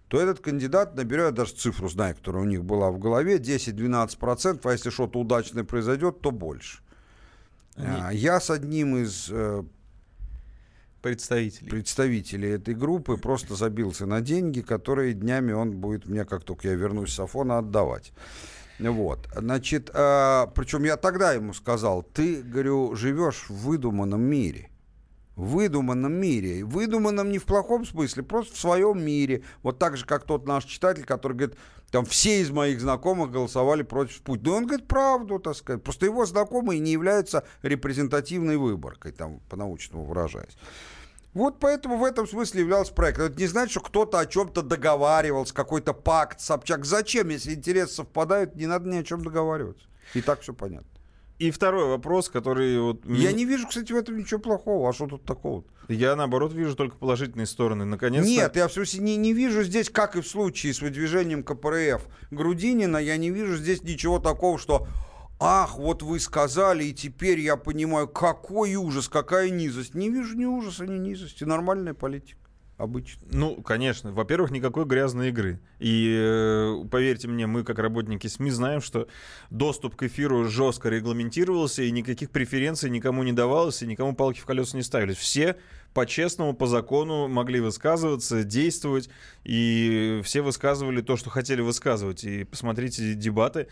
то этот кандидат наберет, даже цифру знаю, которая у них была в голове, десять-двенадцать процентов, а если что-то удачное произойдет, то больше. Они... Я с одним из э, представителей. представителей этой группы просто забился на деньги, которые днями он будет мне, как только я вернусь с Афона, отдавать. Вот, значит, э, причем я тогда ему сказал, ты, говорю, живешь в выдуманном мире. В выдуманном мире. Выдуманном не в плохом смысле, просто в своем мире. Вот так же, как тот наш читатель, который говорит, там все из моих знакомых голосовали против Путина. Он говорит правду, так сказать. Просто его знакомые не являются репрезентативной выборкой, там, по-научному выражаясь. Вот поэтому в этом смысле являлся проект. Это не значит, что кто-то о чем-то договаривался, какой-то пакт, Собчак. Зачем, если интересы совпадают, не надо ни о чем договариваться. И так все понятно. И второй вопрос, который... Вот я не вижу, кстати, в этом ничего плохого. А что тут такого? Я, наоборот, вижу только положительные стороны. Наконец-то... Нет, я в смысле не, не вижу здесь, как и в случае с выдвижением ка пэ эр эф Грудинина, я не вижу здесь ничего такого, что... Ах, вот вы сказали, и теперь я понимаю, какой ужас, какая низость. Не вижу ни ужаса, ни низости. Нормальная политика. Обычно. Ну, конечно. Во-первых, никакой грязной игры. И э, поверьте мне, мы, как работники СМИ, знаем, что доступ к эфиру жестко регламентировался, и никаких преференций никому не давалось, и никому палки в колеса не ставились. Все по-честному, по закону могли высказываться, действовать, и все высказывали то, что хотели высказывать. И посмотрите дебаты.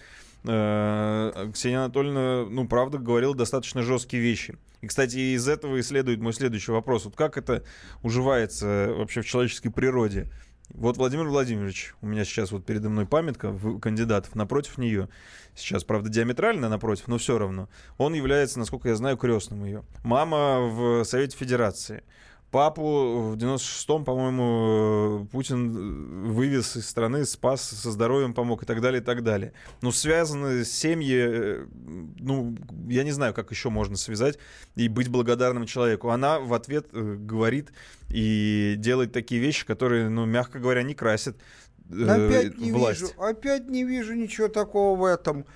Ксения Анатольевна, ну, правда, говорила достаточно жесткие вещи. И, кстати, из этого и следует мой следующий вопрос. Вот как это уживается вообще в человеческой природе? Вот Владимир Владимирович, у меня сейчас вот передо мной памятка кандидатов, напротив нее, сейчас, правда, диаметрально напротив, но все равно, он является, насколько я знаю, крестным ее. Мама в Совете Федерации. Папу в девяносто шестом, по-моему, Путин вывез из страны, спас, со здоровьем помог и так далее, и так далее. Но связаны семьи, ну, я не знаю, как еще можно связать и быть благодарным человеку. Она в ответ говорит и делает такие вещи, которые, ну, мягко говоря, не красят э, опять не власть. Вижу, опять не вижу ничего такого в этом.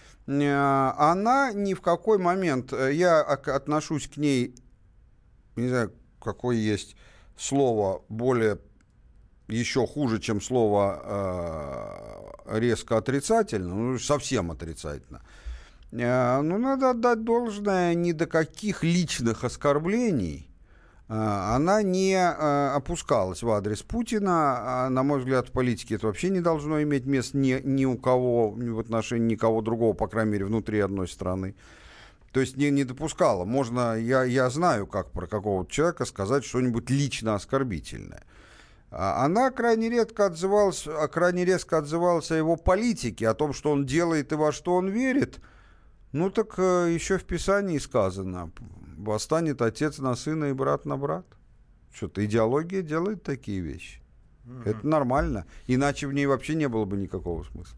Она ни в какой момент, я отношусь к ней, не знаю, какое есть слово более, еще хуже, чем слово э, резко отрицательно, ну, совсем отрицательно. Э, ну, надо отдать должное, ни до каких личных оскорблений э, она не э, опускалась в адрес Путина. А, на мой взгляд, в политике это вообще не должно иметь мест ни, ни у кого, ни в отношении никого другого, по крайней мере, внутри одной страны. То есть не, не допускала. Можно, я, я знаю, как про какого-то человека сказать что-нибудь лично оскорбительное. А она крайне редко отзывалась, крайне резко отзывалась о его политике, о том, что он делает и во что он верит. Ну так э, еще в Писании сказано: восстанет отец на сына и брат на брата. Что-то идеология делает такие вещи. Mm-hmm. Это нормально. Иначе в ней вообще не было бы никакого смысла.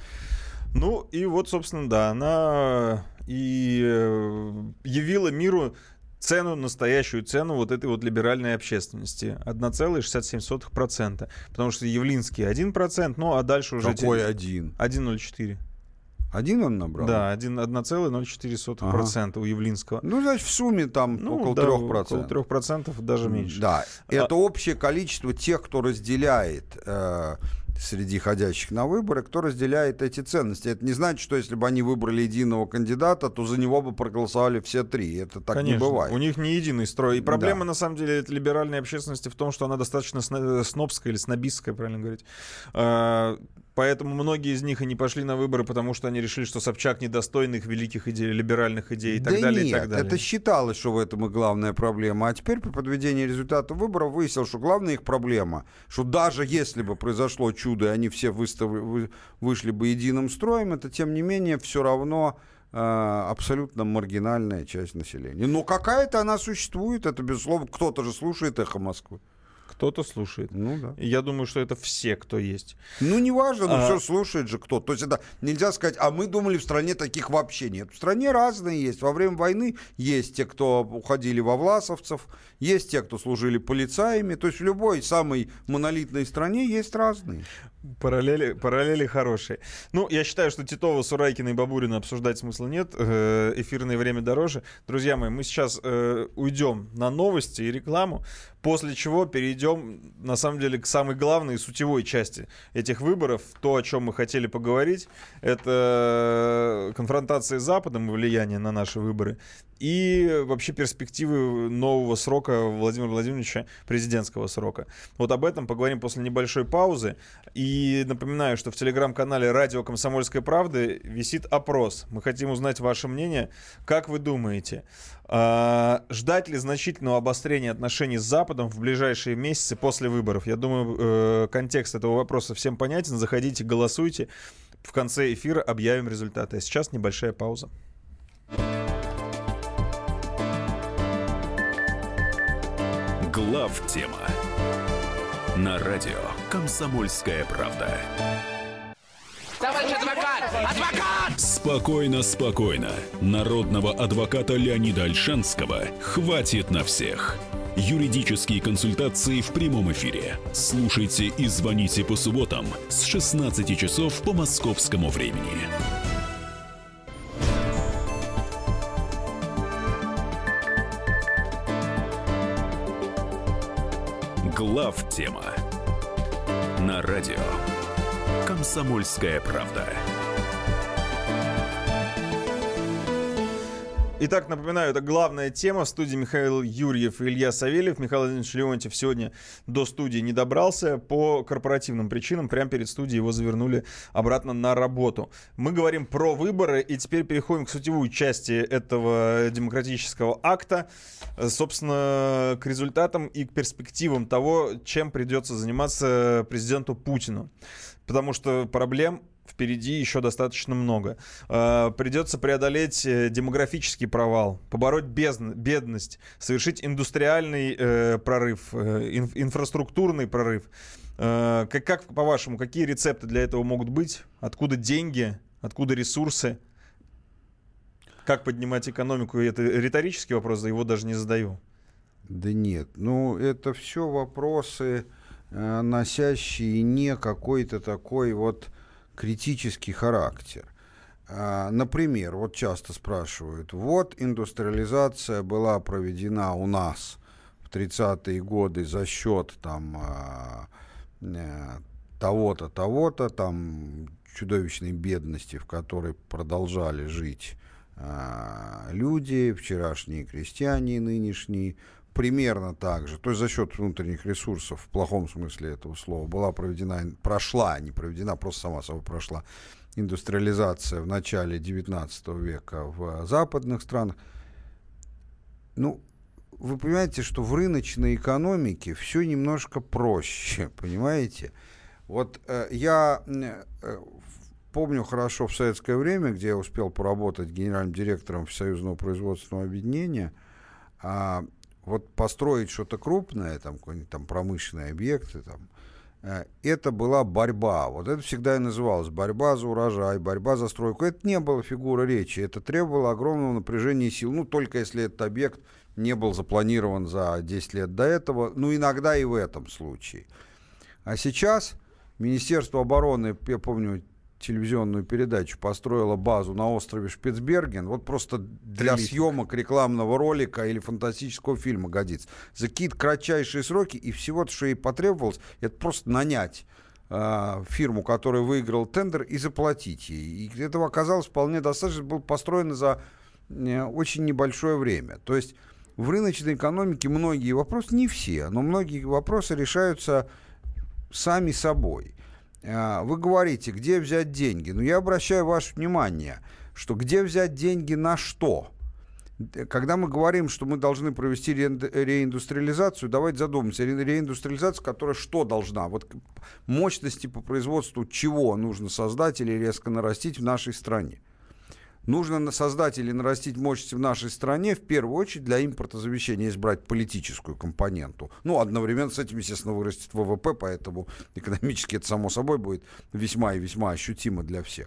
Ну и вот, собственно, да, она и явила миру цену, настоящую цену вот этой вот либеральной общественности. одна целая шестьдесят семь сотых процента. Потому что Явлинский один процент, ну а дальше уже... Какой один? один целых ноль четыре. Один он набрал? Да, одна целая ноль четыре сотых процента ага. у Явлинского. Ну, значит, в сумме там ну, около да, трех процентов. Около трех процентов, даже меньше. Да, а... это общее количество тех, кто разделяет... Э- среди ходящих на выборы, кто разделяет эти ценности. Это не значит, что если бы они выбрали единого кандидата, то за него бы проголосовали все три. Это так Конечно, не бывает. У них не единый строй. И проблема, да. на самом деле, этой либеральной общественности в том, что она достаточно снобская или снобистская, правильно говорить. Поэтому многие из них и не пошли на выборы, потому что они решили, что Собчак недостойный их великих идей, либеральных идей и так да далее. Нет, и так далее. Это считалось, что в этом и главная проблема. А теперь при подведении результата выборов выяснилось, что главная их проблема, что даже если бы произошло чудо, и они все выстав... вышли бы единым строем, это тем не менее все равно э, абсолютно маргинальная часть населения. Но какая-то она существует, это безусловно, кто-то же слушает «Эхо Москвы». Кто-то слушает. Ну да. Я думаю, что это все, кто есть. Ну, неважно, но а... все слушает же кто. То есть это нельзя сказать, а мы думали, в стране таких вообще нет. В стране разные есть. Во время войны есть те, кто уходили во власовцев, есть те, кто служили полицаями. То есть в любой самой монолитной стране есть разные. Параллели, параллели хорошие. Ну, я считаю, что Титова, Сурайкина и Бабурина обсуждать смысла нет. Эфирное время дороже. Друзья мои, мы сейчас э, уйдем на новости и рекламу. После чего перейдем, на самом деле, к самой главной и сутевой части этих выборов. То, о чем мы хотели поговорить, это конфронтация с Западом и влияние на наши выборы. И вообще перспективы нового срока Владимира Владимировича, президентского срока. Вот об этом поговорим после небольшой паузы. И напоминаю, что в телеграм-канале «Радио Комсомольская правда» висит опрос. Мы хотим узнать ваше мнение. Как вы думаете, а, ждать ли значительного обострения отношений с Западом в ближайшие месяцы после выборов? Я думаю, э, контекст этого вопроса всем понятен. Заходите, голосуйте. В конце эфира объявим результаты. А сейчас небольшая пауза. Главтема на радио «Комсомольская правда». Товарищ адвокат! Адвокат! Спокойно, спокойно. Народного адвоката Леонида Ольшанского хватит на всех. Юридические консультации в прямом эфире. Слушайте и звоните по субботам с шестнадцати часов по московскому времени. Главтема на радио «Комсомольская правда». Итак, напоминаю, это главная тема. В студии Михаил Юрьев и Илья Савельев. Михаил Владимирович Леонтьев сегодня до студии не добрался по корпоративным причинам. Прямо перед студией его завернули обратно на работу. Мы говорим про выборы, и теперь переходим к сутевой части этого демократического акта. Собственно, к результатам и к перспективам того, чем придется заниматься президенту Путину. Потому что проблем впереди еще достаточно много. Э, придется преодолеть демографический провал, побороть бездн, бедность, совершить индустриальный э, прорыв, э, ин, инфраструктурный прорыв. Э, как, как, по-вашему, какие рецепты для этого могут быть? Откуда деньги? Откуда ресурсы? Как поднимать экономику? Это риторический вопрос, да его даже не задаю. Да нет, ну это все вопросы, э, носящие не какой-то такой вот критический характер. А, например, вот часто спрашивают, вот индустриализация была проведена у нас в тридцатые годы за счет там а, а, того-то, того-то, там чудовищной бедности, в которой продолжали жить а, люди, вчерашние крестьяне и нынешние, примерно так же, то есть за счет внутренних ресурсов, в плохом смысле этого слова, была проведена, прошла, не проведена, просто сама собой прошла индустриализация в начале девятнадцатого века в западных странах. Ну, вы понимаете, что в рыночной экономике все немножко проще, понимаете? Вот э, я э, помню хорошо в советское время, где я успел поработать генеральным директором Всесоюзного производственного объединения, а вот построить что-то крупное, там, какой-нибудь там промышленные объекты, там, э, это была борьба. Вот это всегда и называлось борьба за урожай, борьба за стройку. Это не было фигуры речи, это требовало огромного напряжения сил. Ну, только если этот объект не был запланирован за десять лет до этого, ну, иногда и в этом случае. А сейчас Министерство обороны, я помню, телевизионную передачу, построила базу на острове Шпицберген, вот просто для съемок рекламного ролика или фантастического фильма годится. За какие-то кратчайшие сроки, и всего, что ей потребовалось, это просто нанять э, фирму, которая выиграла тендер, и заплатить ей. И этого оказалось вполне достаточно, было построено за э, очень небольшое время. То есть в рыночной экономике многие вопросы, не все, но многие вопросы решаются сами собой. Вы говорите, где взять деньги? Но я обращаю ваше внимание, что где взять деньги на что? Когда мы говорим, что мы должны провести ре- реиндустриализацию, давайте задумаемся. Ре- реиндустриализация, которая что должна? Вот мощности по производству чего нужно создать или резко нарастить в нашей стране? Нужно создать или нарастить мощности в нашей стране, в первую очередь, для импортозамещения, если брать политическую компоненту. Ну, одновременно с этим, естественно, вырастет ВВП, поэтому экономически это, само собой, будет весьма и весьма ощутимо для всех.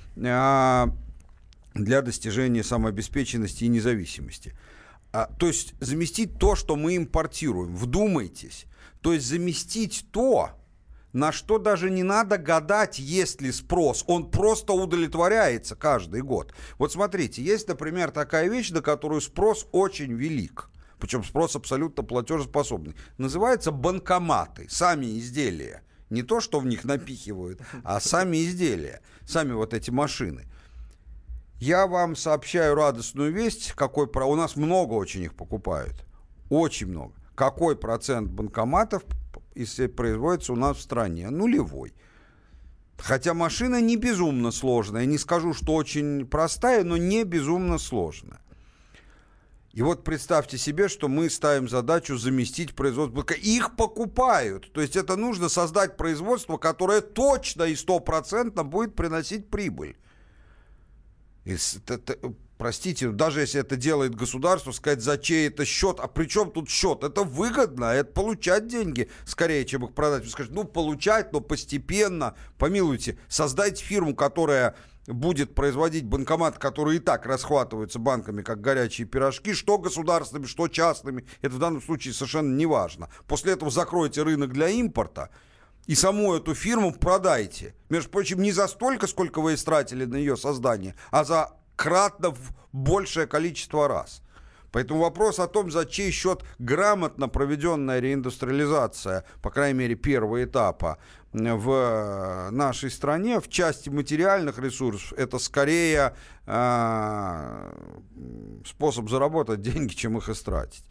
А, для достижения самообеспеченности и независимости. А, то есть заместить то, что мы импортируем. Вдумайтесь. То есть заместить то, на что даже не надо гадать, есть ли спрос. Он просто удовлетворяется каждый год. Вот смотрите, есть, например, такая вещь, на которую спрос очень велик. причем спрос абсолютно платежеспособный. Называется банкоматы, сами изделия. Не то, что в них напихивают, а сами изделия, сами вот эти машины. Я вам сообщаю радостную весть, какой про... у нас много очень их покупают, очень много. Какой процент банкоматов производится у нас в стране? Нулевой. Хотя машина не безумно сложная. Не скажу, что очень простая, но не безумно сложная. И вот представьте себе, что мы ставим задачу заместить производство. Их покупают. То есть это нужно создать производство, которое точно и стопроцентно будет приносить прибыль. И, это, это, простите, даже если это делает государство, сказать, за чей это счет, а при чем тут счет? Это выгодно, это получать деньги скорее, чем их продать. Вы скажете, ну, получать, но постепенно, помилуйте, создайте фирму, которая будет производить банкоматы, которые и так расхватываются банками, как горячие пирожки, что государственными, что частными, это в данном случае совершенно не важно. После этого закройте рынок для импорта и саму эту фирму продайте. Между прочим, не за столько, сколько вы истратили на ее создание, а за кратно в большее количество раз. Поэтому вопрос о том, за чей счет грамотно проведенная реиндустриализация, по крайней мере, первого этапа в нашей стране, в части материальных ресурсов, это скорее э, способ заработать деньги, чем их истратить.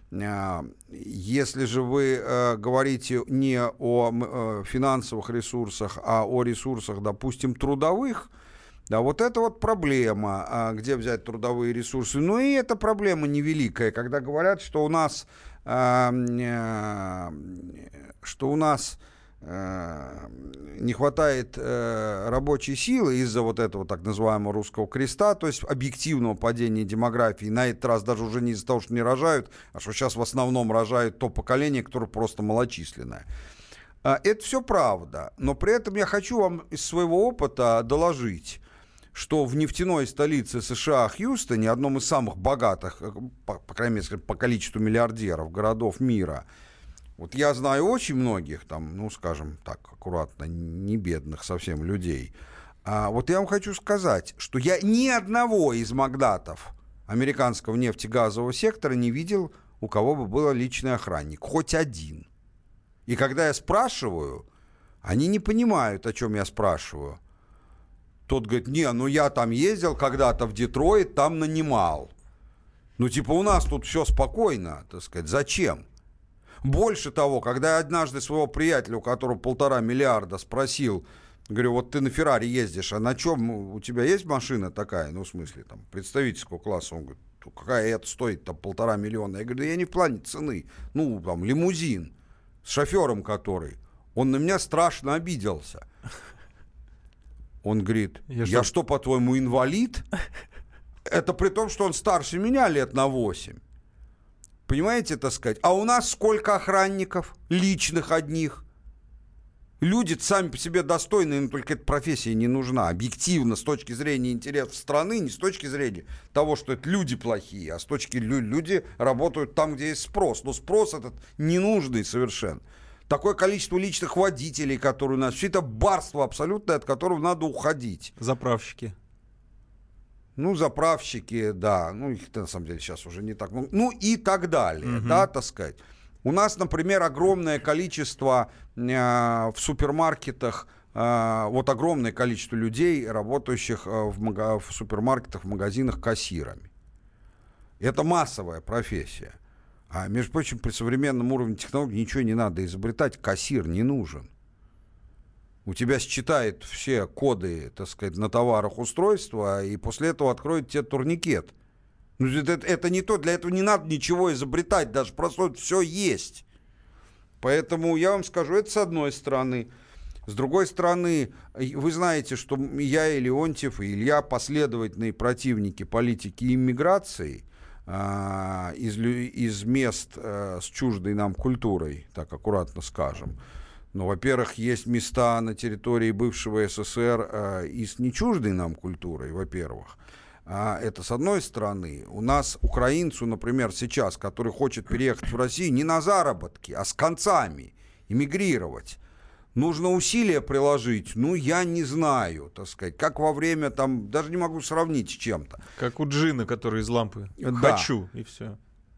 Если же вы э, говорите не о э, финансовых ресурсах, а о ресурсах, допустим, трудовых, да, вот это вот проблема, а где взять трудовые ресурсы. Ну и эта проблема невеликая, когда говорят, что у нас, э, э, что у нас э, не хватает э, рабочей силы из-за вот этого так называемого русского креста, то есть объективного падения демографии. На этот раз даже уже не из-за того, что не рожают, а что сейчас в основном рожают то поколение, которое просто малочисленное. Это все правда, но при этом я хочу вам из своего опыта доложить, что в нефтяной столице США, Хьюстоне, одном из самых богатых, по, по крайней мере, по количеству миллиардеров городов мира, вот я знаю очень многих, там, ну, скажем так, аккуратно, не бедных совсем людей. А вот я вам хочу сказать, что я ни одного из магнатов американского нефтегазового сектора не видел, у кого бы был личный охранник, хоть один. И когда я спрашиваю, они не понимают, о чем я спрашиваю. Тот говорит, не, ну я там ездил когда-то в Детройт, там нанимал. Ну типа у нас тут все спокойно, так сказать, зачем? Больше того, когда я однажды своего приятеля, у которого полтора миллиарда, спросил, говорю, вот ты на Феррари ездишь, а на чем, у тебя есть машина такая, ну в смысле, там, представительского класса? Он говорит, какая это стоит, там, полтора миллиона. Я говорю, да я не в плане цены, ну там лимузин с шофером который. Он на меня страшно обиделся. Он говорит, я, я что, по-твоему, инвалид? Это при том, что он старше меня лет на восемь. Понимаете, так сказать? А у нас сколько охранников? Личных одних. Люди сами по себе достойные, но только эта профессия не нужна. Объективно, с точки зрения интересов страны, не с точки зрения того, что это люди плохие, а с точки зрения люди работают там, где есть спрос. Но спрос этот ненужный совершенно. Такое количество личных водителей, которые у нас, все это барство абсолютное, от которого надо уходить. Заправщики. Ну, заправщики, да. Ну, их на самом деле сейчас уже не так много. Ну, и так далее, угу. Да, так сказать. У нас, например, огромное количество э, в супермаркетах, э, вот огромное количество людей, работающих э, в, мага- в супермаркетах, в магазинах кассирами. Это массовая профессия. А, между прочим, при современном уровне технологий ничего не надо изобретать, кассир не нужен. У тебя считает все коды, так сказать, на товарах устройства, и после этого откроет тебе турникет. Ну, это, это не то, для этого не надо ничего изобретать, даже просто все есть. Поэтому я вам скажу, это с одной стороны. С другой стороны, вы знаете, что я и Леонтьев, и Илья последовательные противники политики иммиграции, Из, из мест э, с чуждой нам культурой, так аккуратно скажем. Но, во-первых, есть места на территории бывшего СССР э, и с не чуждой нам культурой, во-первых. А это с одной стороны. У нас украинцу, например, сейчас, который хочет переехать в Россию не на заработки, а с концами, эмигрировать, нужно усилия приложить, ну, я не знаю, так сказать, как во время, там, даже не могу сравнить с чем-то. Как у джина, который из лампы. Да. Хочу, и все.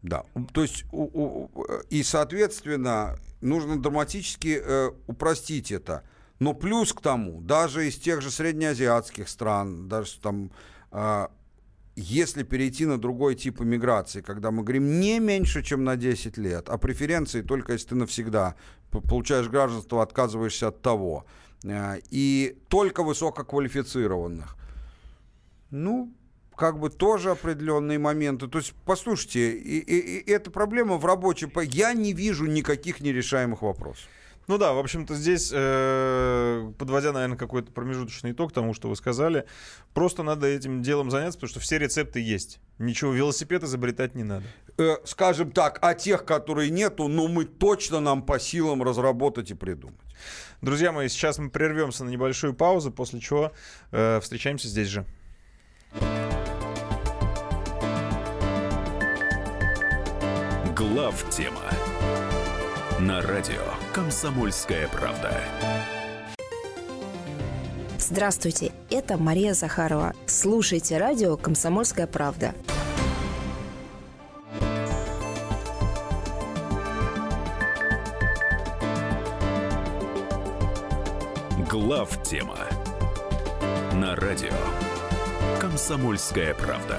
Да, то есть у, у, и, соответственно, нужно драматически э, упростить это. Но плюс к тому, даже из тех же среднеазиатских стран, даже там, э, если перейти на другой тип иммиграции, когда мы говорим не меньше, чем на десять лет, а преференции только если ты навсегда получаешь гражданство, отказываешься от того, э, и только высококвалифицированных, ну, как бы тоже определенные моменты. То есть, послушайте, и, и, и эта проблема в рабочем... Я не вижу никаких нерешаемых вопросов. Ну да, в общем-то, здесь, э, подводя, наверное, какой-то промежуточный итог тому, что вы сказали, просто надо этим делом заняться, потому что все рецепты есть. Ничего, велосипед изобретать не надо. Э, скажем так, а тех, которые нету, ну мы точно нам по силам разработать и придумать. Друзья мои, сейчас мы прервемся на небольшую паузу, после чего э, встречаемся здесь же. Глав тема на радио «Комсомольская правда». Здравствуйте, это Мария Захарова. Слушайте радио «Комсомольская правда». Глав тема на радио «Комсомольская правда».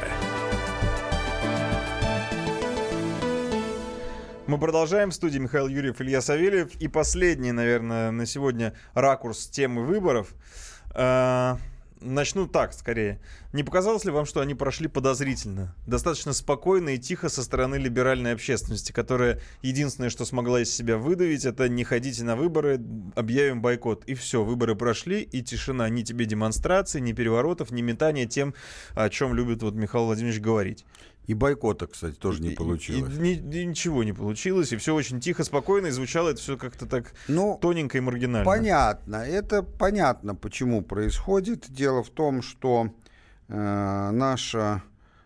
Мы продолжаем. В студии Михаил Юрьев, Илья Савельев. И последний, наверное, на сегодня ракурс темы выборов. Э-э- начну так, скорее. Не показалось ли вам, что они прошли подозрительно? Достаточно спокойно и тихо со стороны либеральной общественности, которая единственное, что смогла из себя выдавить, это не ходите на выборы, объявим бойкот. И все, выборы прошли, и тишина. Ни тебе демонстраций, ни переворотов, ни метания тем, о чем любит вот Михаил Владимирович говорить. И бойкота, кстати, тоже не получилось. И, и, и, и ничего не получилось, и все очень тихо, спокойно, и звучало это все как-то так ну, тоненько и маргинально. Понятно, это понятно, почему происходит. Дело в том, что э, наша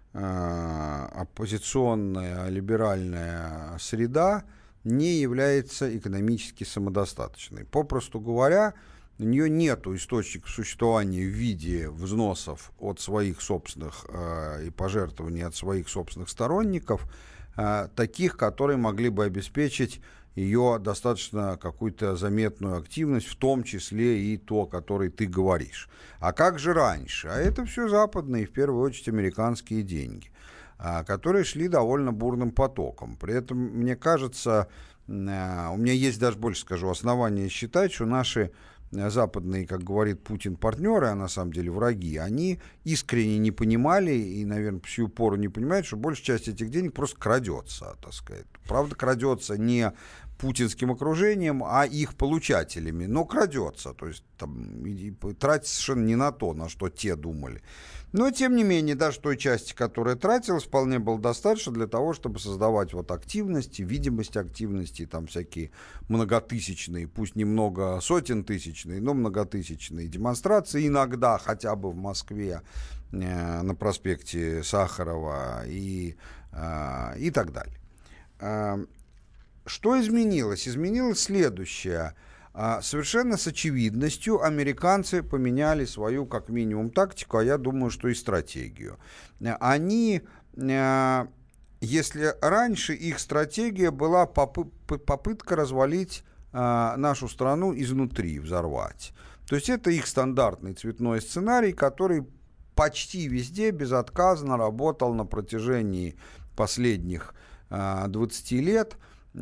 э, оппозиционная либеральная среда не является экономически самодостаточной. Попросту говоря, у нее нет источников существования в виде взносов от своих собственных э, и пожертвований от своих собственных сторонников, э, таких, которые могли бы обеспечить ее достаточно какую-то заметную активность, в том числе и то, о которой ты говоришь. А как же раньше? А это все западные, в первую очередь американские деньги, э, которые шли довольно бурным потоком. При этом, мне кажется, э, у меня есть даже, больше скажу, основания считать, что наши западные, как говорит Путин, партнеры, а на самом деле враги, они искренне не понимали и, наверное, по сию пору не понимают, что большая часть этих денег просто крадется, так сказать. Правда, крадется не путинским окружением, а их получателями, но крадется, то есть там, и, и, тратится совершенно не на то, на что те думали. Но, тем не менее, даже той части, которая тратилась, вполне было достаточно для того, чтобы создавать вот активности, видимость активности, там всякие многотысячные, пусть немного сотен тысячные, но многотысячные демонстрации, иногда хотя бы в Москве, э, на проспекте Сахарова и, э, и так далее. Э, что изменилось? Изменилось следующее. Совершенно с очевидностью американцы поменяли свою, как минимум, тактику, а я думаю, что и стратегию. Они, если раньше их стратегия была попы- попытка развалить нашу страну изнутри, взорвать. То есть это их стандартный цветной сценарий, который почти везде безотказно работал на протяжении последних двадцати лет.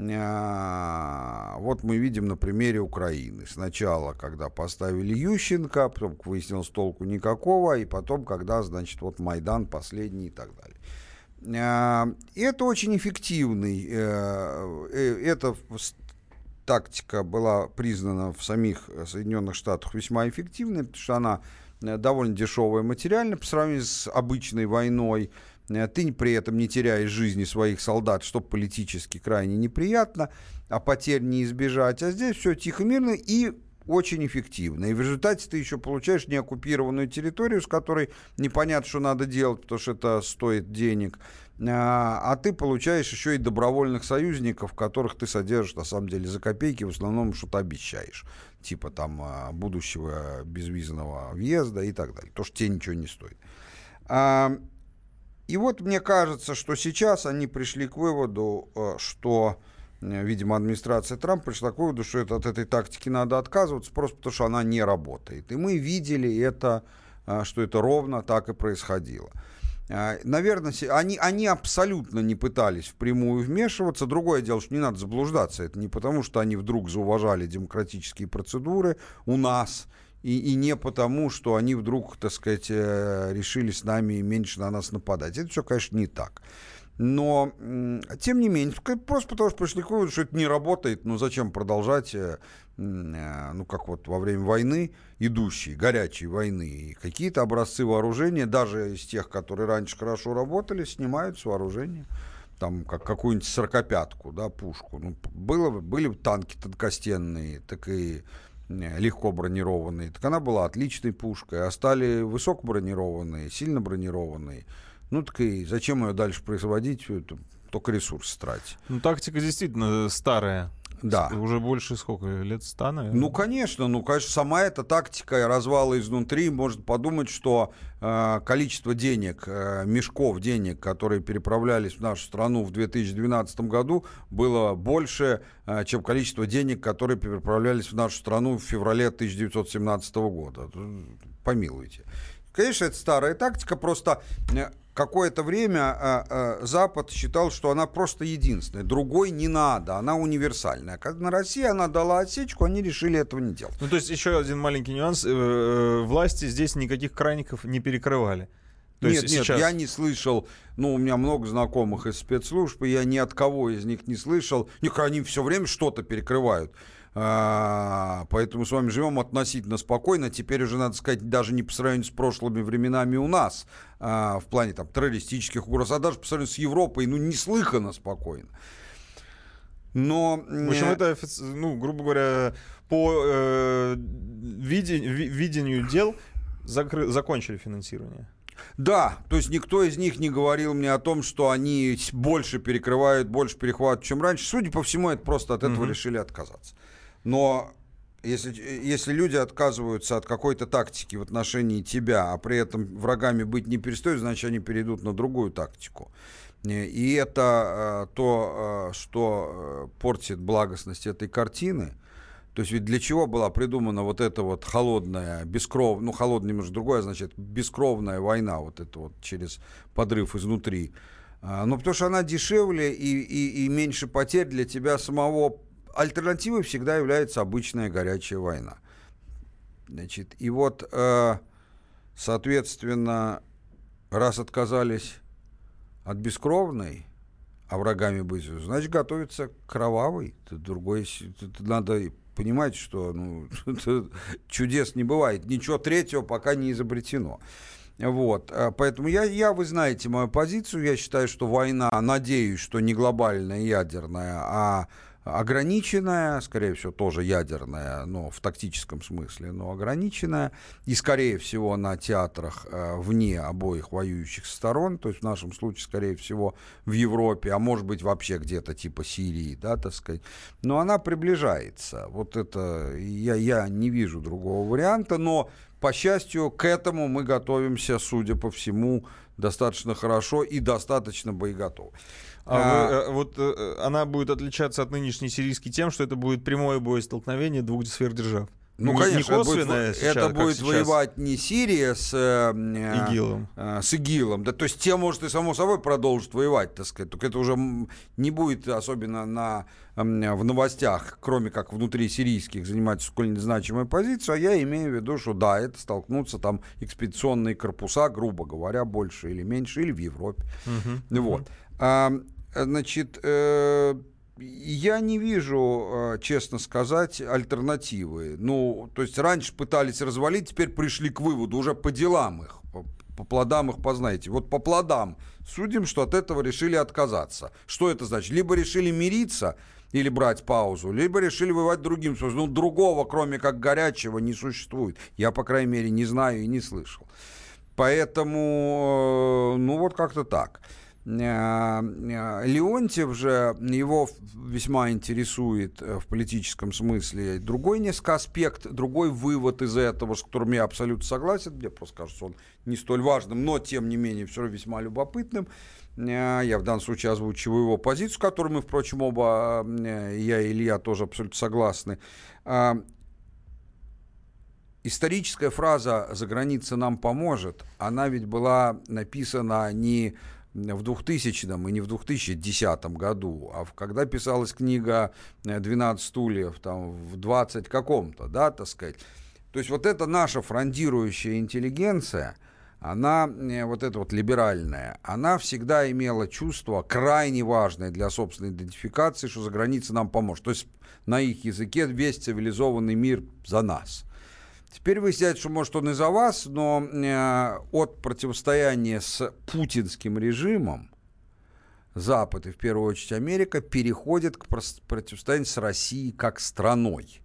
Вот мы видим на примере Украины. Сначала, когда поставили Ющенко, потом выяснилось толку никакого, и потом, когда, значит, вот Майдан последний и так далее. И это очень эффективный. Эта тактика была признана в самих Соединенных Штатах весьма эффективной, потому что она довольно дешевая материально по сравнению с обычной войной. Ты при этом не теряешь жизни своих солдат, что политически крайне неприятно, а потерь не избежать. А здесь все тихо, мирно и очень эффективно. И в результате ты еще получаешь неоккупированную территорию, с которой непонятно, что надо делать, потому что это стоит денег. А ты получаешь еще и добровольных союзников, которых ты содержишь, на самом деле, за копейки, в основном что-то обещаешь. Типа там будущего безвизного въезда и так далее. То, что тебе ничего не стоит. И вот мне кажется, что сейчас они пришли к выводу, что, видимо, администрация Трампа пришла к выводу, что это, от этой тактики надо отказываться, просто потому что она не работает. И мы видели это, что это ровно так и происходило. Наверное, они, они абсолютно не пытались впрямую вмешиваться. Другое дело, что не надо заблуждаться. Это не потому, что они вдруг зауважали демократические процедуры у нас, и, и не потому, что они вдруг, так сказать, решили с нами меньше на нас нападать. Это все, конечно, не так. Но, тем не менее, просто потому что пришли к выводу, что это не работает, ну зачем продолжать, ну как вот во время войны, идущей, горячей войны, и какие-то образцы вооружения, даже из тех, которые раньше хорошо работали, снимают с вооружения. Там как какую-нибудь сорокопятку, да, пушку. Ну, было, были танки тонкостенные, так и легко бронированные. Так она была отличной пушкой, а стали высокобронированные, сильно бронированные. Ну, так и зачем ее дальше производить, только ресурсы тратить. Ну, тактика действительно старая. Да. Уже больше сколько? Лет ста, наверное? Ну, конечно. Ну, конечно, сама эта тактика развала изнутри. Можно подумать, что э, количество денег, э, мешков денег, которые переправлялись в нашу страну в две тысячи двенадцатом году, было больше, э, чем количество денег, которые переправлялись в нашу страну в феврале тысяча девятьсот семнадцатого года. Помилуйте. Конечно, это старая тактика, просто... Какое-то время э, э, Запад считал, что она просто единственная. Другой не надо, она универсальная. Когда на России она дала отсечку, они решили этого не делать. Ну, то есть еще один маленький нюанс. Э, э, власти здесь никаких крайников не перекрывали. То нет, есть нет, сейчас... я не слышал, ну, у меня много знакомых из спецслужб, и я ни от кого из них не слышал. Них они все время что-то перекрывают. А, поэтому с вами живем относительно спокойно. Теперь уже, надо сказать, даже не по сравнению с прошлыми временами у нас, а, в плане там террористических угроз, а даже по сравнению с Европой, ну, неслыханно спокойно. Но... В общем, это, ну, грубо говоря, по э, виден, видению дел закры, закончили финансирование. Да, то есть никто из них не говорил мне о том, что они больше перекрывают, больше перехватывают, чем раньше. Судя по всему, это просто от этого mm-hmm. решили отказаться. Но если, если люди отказываются от какой-то тактики в отношении тебя, а при этом врагами быть не перестают, значит, они перейдут на другую тактику. И это то, что портит благостность этой картины. То есть ведь для чего была придумана вот эта вот холодная, бескровная, ну холодная немножко другое, значит, бескровная война, вот это вот через подрыв изнутри. Ну потому что она дешевле и, и, и меньше потерь для тебя самого. Альтернативой всегда является обычная горячая война. Значит, и вот, соответственно, раз отказались от бескровной, а врагами быть, значит, готовится к кровавой. Тут другой, тут надо понимать, что ну, чудес не бывает. Ничего третьего пока не изобретено. Вот. Поэтому я, я, вы знаете мою позицию. Я считаю, что война, надеюсь, что не глобальная ядерная, а ограниченная, скорее всего, тоже ядерная, но в тактическом смысле, но ограниченная, и, скорее всего, на театрах э, вне обоих воюющих сторон, то есть в нашем случае, скорее всего, в Европе, а может быть, вообще где-то типа Сирии, да, так сказать, но она приближается. Вот это, я, я не вижу другого варианта, но, по счастью, к этому мы готовимся, судя по всему, достаточно хорошо и достаточно боеготовы. А, а вы, вот она будет отличаться от нынешней сирийской тем, что это будет прямое боестолкновение двух сверхдержав. Ну, не, конечно, не это будет, сейчас, это будет сейчас. воевать не Сирия с э, ИГИЛом. Э, с ИГИЛом. Да, то есть те, может, и само собой продолжат воевать, так сказать. Только это уже не будет, особенно на, э, в новостях, кроме как внутри сирийских, занимать сколь-нибудь значимую позицию. А я имею в виду, что да, это столкнутся там экспедиционные корпуса, грубо говоря, больше или меньше, или в Европе. Uh-huh. Вот. Uh-huh. А, значит... Э, Я не вижу, честно сказать, альтернативы. Ну, то есть раньше пытались развалить, теперь пришли к выводу, уже по делам их, по, по плодам их познаете. Вот по плодам судим, что от этого решили отказаться. Что это значит? Либо решили мириться или брать паузу, либо решили воевать другим способом. Ну, другого, кроме как горячего, не существует. Я, по крайней мере, не знаю и не слышал. Поэтому, ну, вот как-то так. Леонтьев же, его весьма интересует в политическом смысле другой несколько аспект, другой вывод из этого, с которым я абсолютно согласен. Мне просто кажется, он не столь важным, но тем не менее все равно весьма любопытным. Я в данном случае озвучиваю его позицию, с которой мы, впрочем, оба, я и Илья, тоже абсолютно согласны. Историческая фраза «за границей нам поможет», она ведь была написана не в двухтысячном и не в две тысячи десятом году, а когда писалась книга «двенадцать стульев», там, в двадцать каком-то, да, так сказать. То есть вот эта наша фрондирующая интеллигенция, она, вот эта вот либеральная, она всегда имела чувство крайне важное для собственной идентификации, что за границей нам поможет. То есть на их языке весь цивилизованный мир за нас. Теперь выясняется, что, может, он и за вас, но э, от противостояния с путинским режимом Запад, и в первую очередь Америка, переходит к противостоянию с Россией как страной.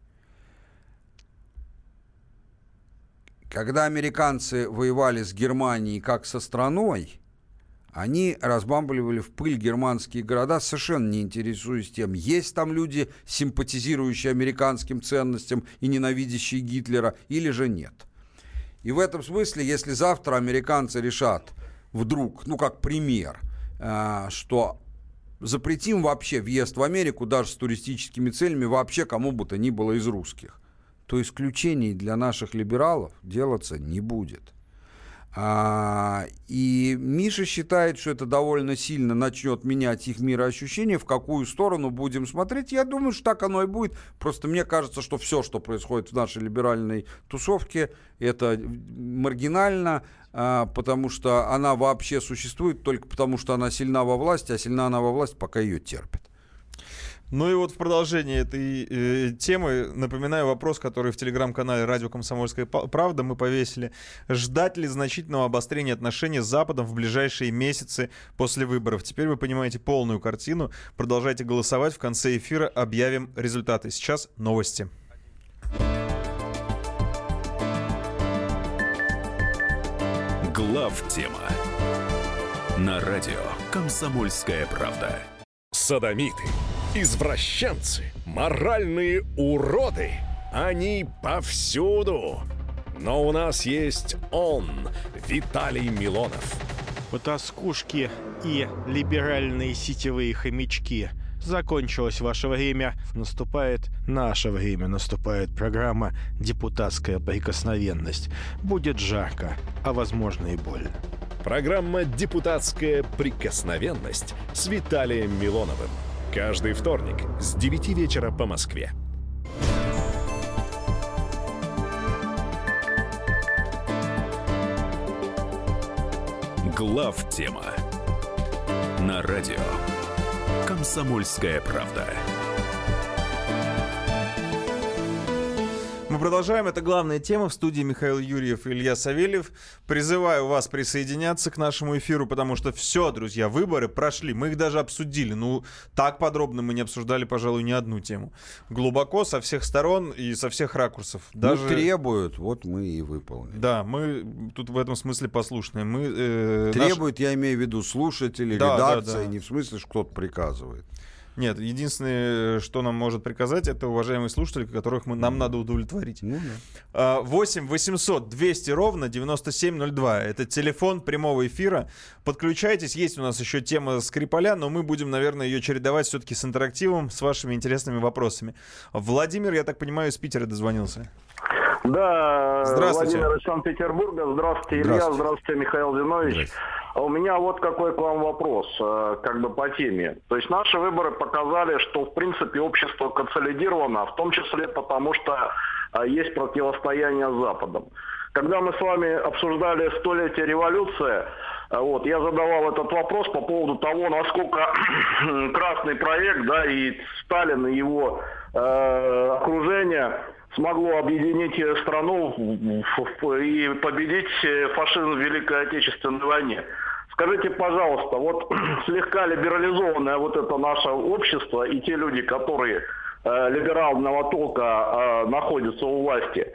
Когда американцы воевали с Германией как со страной, они разбамбливали в пыль германские города, совершенно не интересуясь тем, есть там люди, симпатизирующие американским ценностям и ненавидящие Гитлера, или же нет. И в этом смысле, если завтра американцы решат вдруг, ну как пример, что запретим вообще въезд в Америку даже с туристическими целями вообще кому бы то ни было из русских, то исключений для наших либералов делаться не будет. А, и Миша считает, что это довольно сильно начнет менять их мироощущение, в какую сторону будем смотреть. Я думаю, что так оно и будет. Просто мне кажется, что все, что происходит в нашей либеральной тусовке, это маргинально, а, потому что она вообще существует только потому, что она сильна во власти, а сильна она во власти, пока ее терпит. Ну и вот в продолжении этой э, темы напоминаю вопрос, который в телеграм-канале «Радио Комсомольская правда» мы повесили. Ждать ли значительного обострения отношений с Западом в ближайшие месяцы после выборов? Теперь вы понимаете полную картину. Продолжайте голосовать. В конце эфира объявим результаты. Сейчас новости. Главтема на радио «Комсомольская правда». Содомиты, извращенцы, моральные уроды. Они повсюду. Но у нас есть он, Виталий Милонов. Потаскушки и либеральные сетевые хомячки. Закончилось ваше время. Наступает наше время. Наступает программа «Депутатская прикосновенность». Будет жарко, а возможно и больно. Программа «Депутатская прикосновенность» с Виталием Милоновым. Каждый вторник с девяти вечера по Москве. Главтема на радио «Комсомольская правда». Мы продолжаем. Это главная тема. В студии Михаил Юрьев и Илья Савельев. Призываю вас присоединяться к нашему эфиру, потому что все, друзья, выборы прошли. Мы их даже обсудили. Ну, так подробно мы не обсуждали, пожалуй, ни одну тему. Глубоко, со всех сторон и со всех ракурсов. Даже... Ну, требуют, вот мы и выполнили. Да, мы тут в этом смысле послушные. Мы, э, требуют, наш... я имею в виду слушатели, да, редакция, да, да. Не в смысле, что кто-то приказывает. Нет, единственное, что нам может приказать, это уважаемые слушатели, которых мы, нам надо удовлетворить. Ну, да. восемь восемьсот двести ровно девяносто семь ноль два. Это телефон прямого эфира. Подключайтесь. Есть у нас еще тема Скрипаля, но мы будем, наверное, ее чередовать все-таки с интерактивом, с вашими интересными вопросами. Владимир, я так понимаю, из Питера дозвонился. Да, здравствуйте. Владимир из Санкт-Петербурга. Здравствуйте, Илья. Здравствуйте, здравствуйте Михаил Зинович. Здравствуйте. У меня вот какой к вам вопрос, как бы по теме. То есть наши выборы показали, что в принципе общество консолидировано, в том числе потому, что есть противостояние с Западом. Когда мы с вами обсуждали столетие революции, вот, я задавал этот вопрос по поводу того, насколько красный проект, да, и Сталин, и его э, окружение смогло объединить страну и победить фашизм в Великой Отечественной войне. Скажите, пожалуйста, вот слегка либерализованное вот это наше общество и те люди, которые э, либерального толка э, находятся у власти,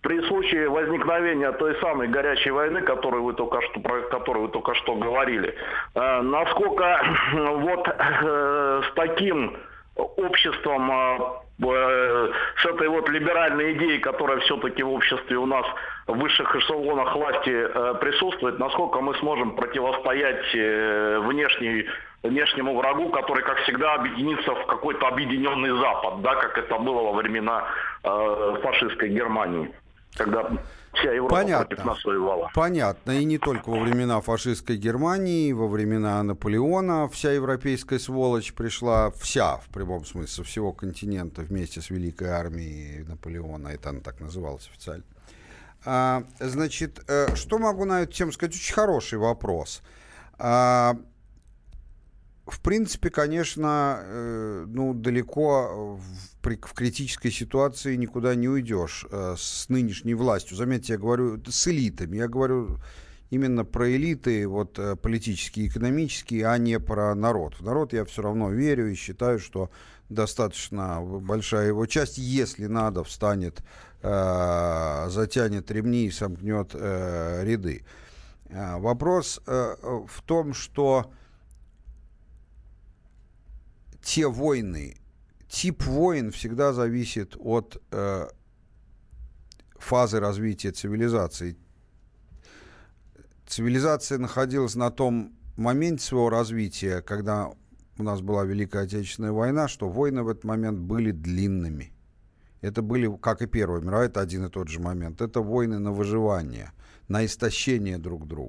при случае возникновения той самой горячей войны, которую вы только что, про которую вы только что говорили, э, насколько вот э, с таким обществом, э, с этой вот либеральной идеей, которая все-таки в обществе у нас в высших эшелонах власти э, присутствует, насколько мы сможем противостоять э, внешней, внешнему врагу, который, как всегда, объединится в какой-то объединенный Запад, да, как это было во времена э, фашистской Германии, когда вся Европа Понятно. против нас воевала. Понятно. И не только во времена фашистской Германии, во времена Наполеона вся европейская сволочь пришла, вся, в прямом смысле, со всего континента вместе с великой армией Наполеона, это она так называлась официально. А, значит, что могу на эту тему сказать? Очень хороший вопрос. А, в принципе, конечно, э, ну, далеко в, при, в критической ситуации никуда не уйдешь э, с нынешней властью. Заметьте, я говорю с элитами. Я говорю именно про элиты, вот, э, политические, экономические, а не про народ. В народ я все равно верю и считаю, что достаточно большая его часть, если надо, встанет, э, затянет ремни и сомкнет э, ряды. Э, вопрос э, в том, что те войны, тип войн всегда зависит от э, фазы развития цивилизации. Цивилизация находилась на том моменте своего развития, когда у нас была Великая Отечественная война, что войны в этот момент были длинными. Это были, как и Первая мировая, это один и тот же момент. Это войны на выживание, на истощение друг друга.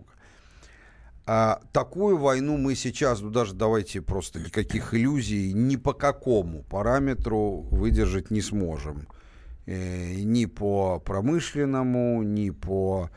А такую войну мы сейчас, ну даже давайте просто никаких иллюзий, ни по какому параметру выдержать не сможем. Э, ни по промышленному, ни по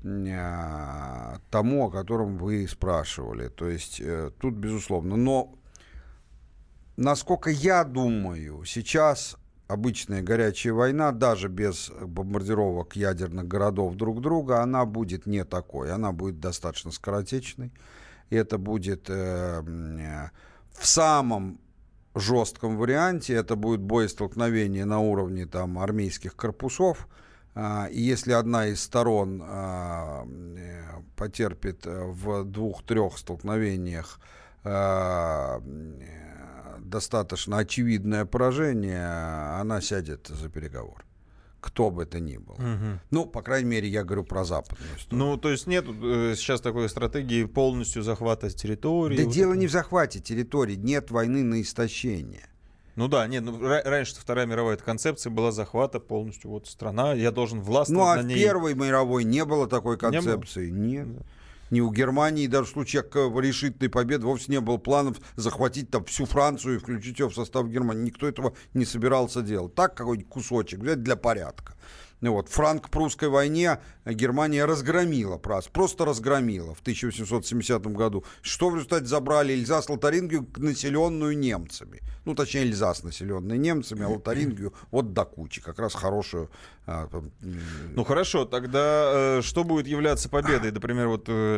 э, тому, о котором вы спрашивали. То есть э, тут безусловно. Но насколько я думаю, сейчас обычная горячая война, даже без бомбардировок ядерных городов друг друга, она будет не такой. Она будет достаточно скоротечной. И это будет э, э, в самом жестком варианте, это будет боестолкновение на уровне там, армейских корпусов. Э, и если одна из сторон э, потерпит в двух-трех столкновениях э, достаточно очевидное поражение, она сядет за переговор. Кто бы это ни был. Угу. Ну, по крайней мере, я говорю про западную сторону. Ну, то есть нет э, сейчас такой стратегии полностью захвата территории? Да вот дело это... не в захвате территории, нет войны на истощение. Ну да, нет, ну, ра- раньше Вторая мировая концепция была захвата полностью вот страна, я должен властвовать ну, а на в ней. Первой мировой не было такой концепции. Не было? Нет. Ни у Германии, даже в случае решительной победы вовсе не было планов захватить там всю Францию и включить ее в состав Германии. Никто этого не собирался делать. Так какой-нибудь кусочек взять для порядка. Вот. В франко-прусской войне Германия разгромила, просто разгромила в тысяча восемьсот семидесятом году. Что в результате забрали Эльзас, Лотарингию, населенную немцами. Ну, точнее, Эльзас, населенный немцами, а Лотарингию вот до кучи. Как раз хорошую... А, ну, хорошо, тогда э, что будет являться победой? Например, вот... Э,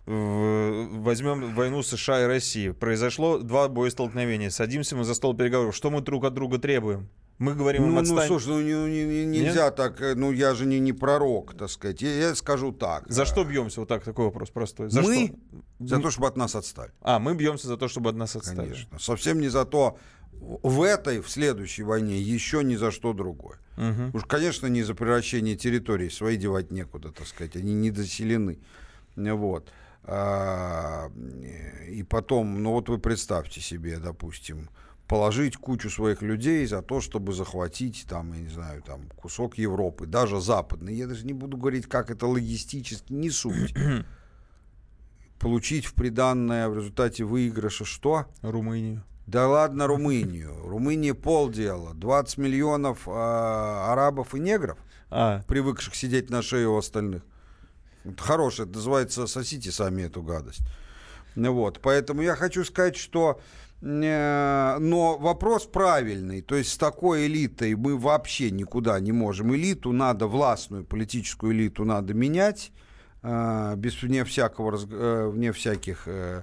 возьмем войну США и России. Произошло два боестолкновения. Садимся мы за стол переговоров. Что мы друг от друга требуем? Мы говорим им ну, отстань... ну, слушай, ну не, не, нельзя Нет? так, ну я же не, не пророк, так сказать. Я, я скажу так. За что бьемся? Вот так, такой вопрос простой. За мы? Что? За то, чтобы от нас отстали. А, мы бьемся за то, чтобы от нас отстали. Конечно. Совсем не за то. В этой, в следующей войне еще ни за что другое. Угу. Уж, конечно, не за превращение территорий. Свои девать некуда, так сказать. Они не доселены. Вот. А, и потом, ну вот вы представьте себе, допустим, положить кучу своих людей за то, чтобы захватить там, я не знаю, там кусок Европы, даже западный. Я даже не буду говорить, как это логистически, не суть. Получить в приданное в результате выигрыша что? Румынию. Да ладно Румынию. Румыния полдела. двадцать миллионов э, арабов и негров, а. привыкших сидеть на шее у остальных. Это хорошее, это называется «сосите сами эту гадость». Вот. Поэтому я хочу сказать, что э, но вопрос правильный. То есть с такой элитой мы вообще никуда не можем. Элиту надо, властную политическую элиту надо менять, э, без вне всякого, э, вне всяких э,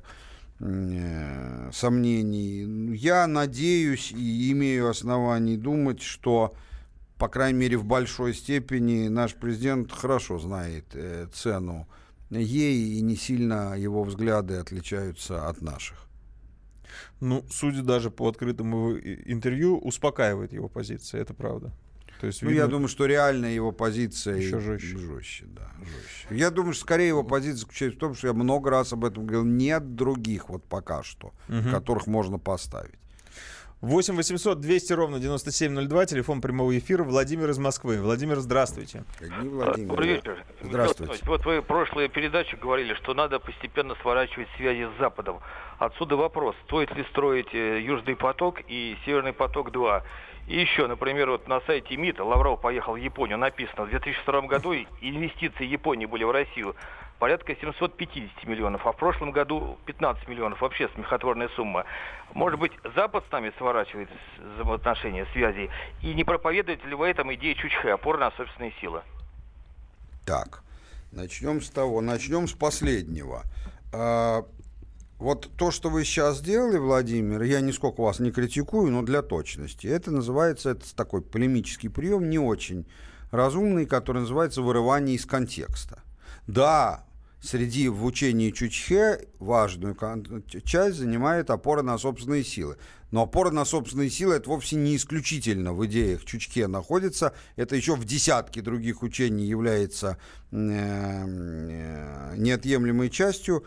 э, сомнений. Я надеюсь и имею оснований думать, что по крайней мере, в большой степени наш президент хорошо знает э, цену ей, и не сильно его взгляды отличаются от наших. Ну, судя даже по открытому интервью, успокаивает его позиция, это правда. То есть, ну, видно, я думаю, что реально его позиция еще жестче. жестче, да, жестче. Я думаю, что скорее его позиция заключается в том, что я много раз об этом говорил, нет других вот пока что, угу. которых можно поставить. восемь восемьсот двести ровно девяносто семь ноль два, телефон прямого эфира. Владимир из Москвы. Владимир, здравствуйте. Владимир. Добрый вечер. Здравствуйте. Вот вы в прошлой передаче говорили, что надо постепенно сворачивать связи с Западом. Отсюда вопрос, стоит ли строить Южный поток и Северный поток-два. И еще, например, вот на сайте МИДа Лавров поехал в Японию, написано, в две тысячи втором году инвестиции Японии были в Россию порядка семьсот пятьдесят миллионов, а в прошлом году пятнадцать миллионов. Вообще смехотворная сумма. Может быть, Запад с нами сворачивает взаимоотношения, связи, и не проповедует ли в этом идею Чучхе, опора на собственные силы? Так, начнем с того, начнем с последнего. А, вот то, что вы сейчас сделали, Владимир, я нисколько вас не критикую, но для точности. Это называется, это такой полемический прием, не очень разумный, который называется вырывание из контекста. Да, среди в учении Чучхе важную часть занимает опора на собственные силы. Но опора на собственные силы — это вовсе не исключительно в идеях Чучхе находится. Это еще в десятке других учений является неотъемлемой частью.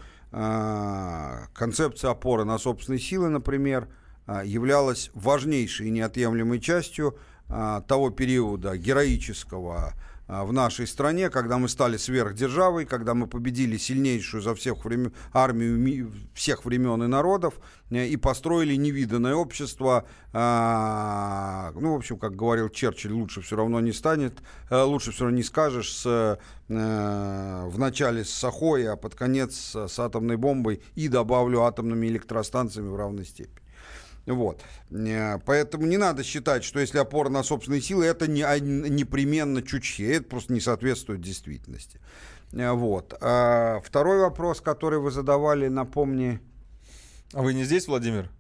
Концепция опоры на собственные силы, например, являлась важнейшей и неотъемлемой частью того периода героического в нашей стране, когда мы стали сверхдержавой, когда мы победили сильнейшую за всех времен армию всех времен и народов и построили невиданное общество. Ну, в общем, как говорил Черчилль, лучше все равно не станет, лучше все равно не скажешь с, в начале с Сахой, а под конец с атомной бомбой и, добавлю, атомными электростанциями в равной степени. Вот. Поэтому не надо считать, что если опора на собственные силы, это не, непременно Чучхе. Это просто не соответствует действительности. Вот. А второй вопрос, который вы задавали, напомни. А вы не здесь, Владимир?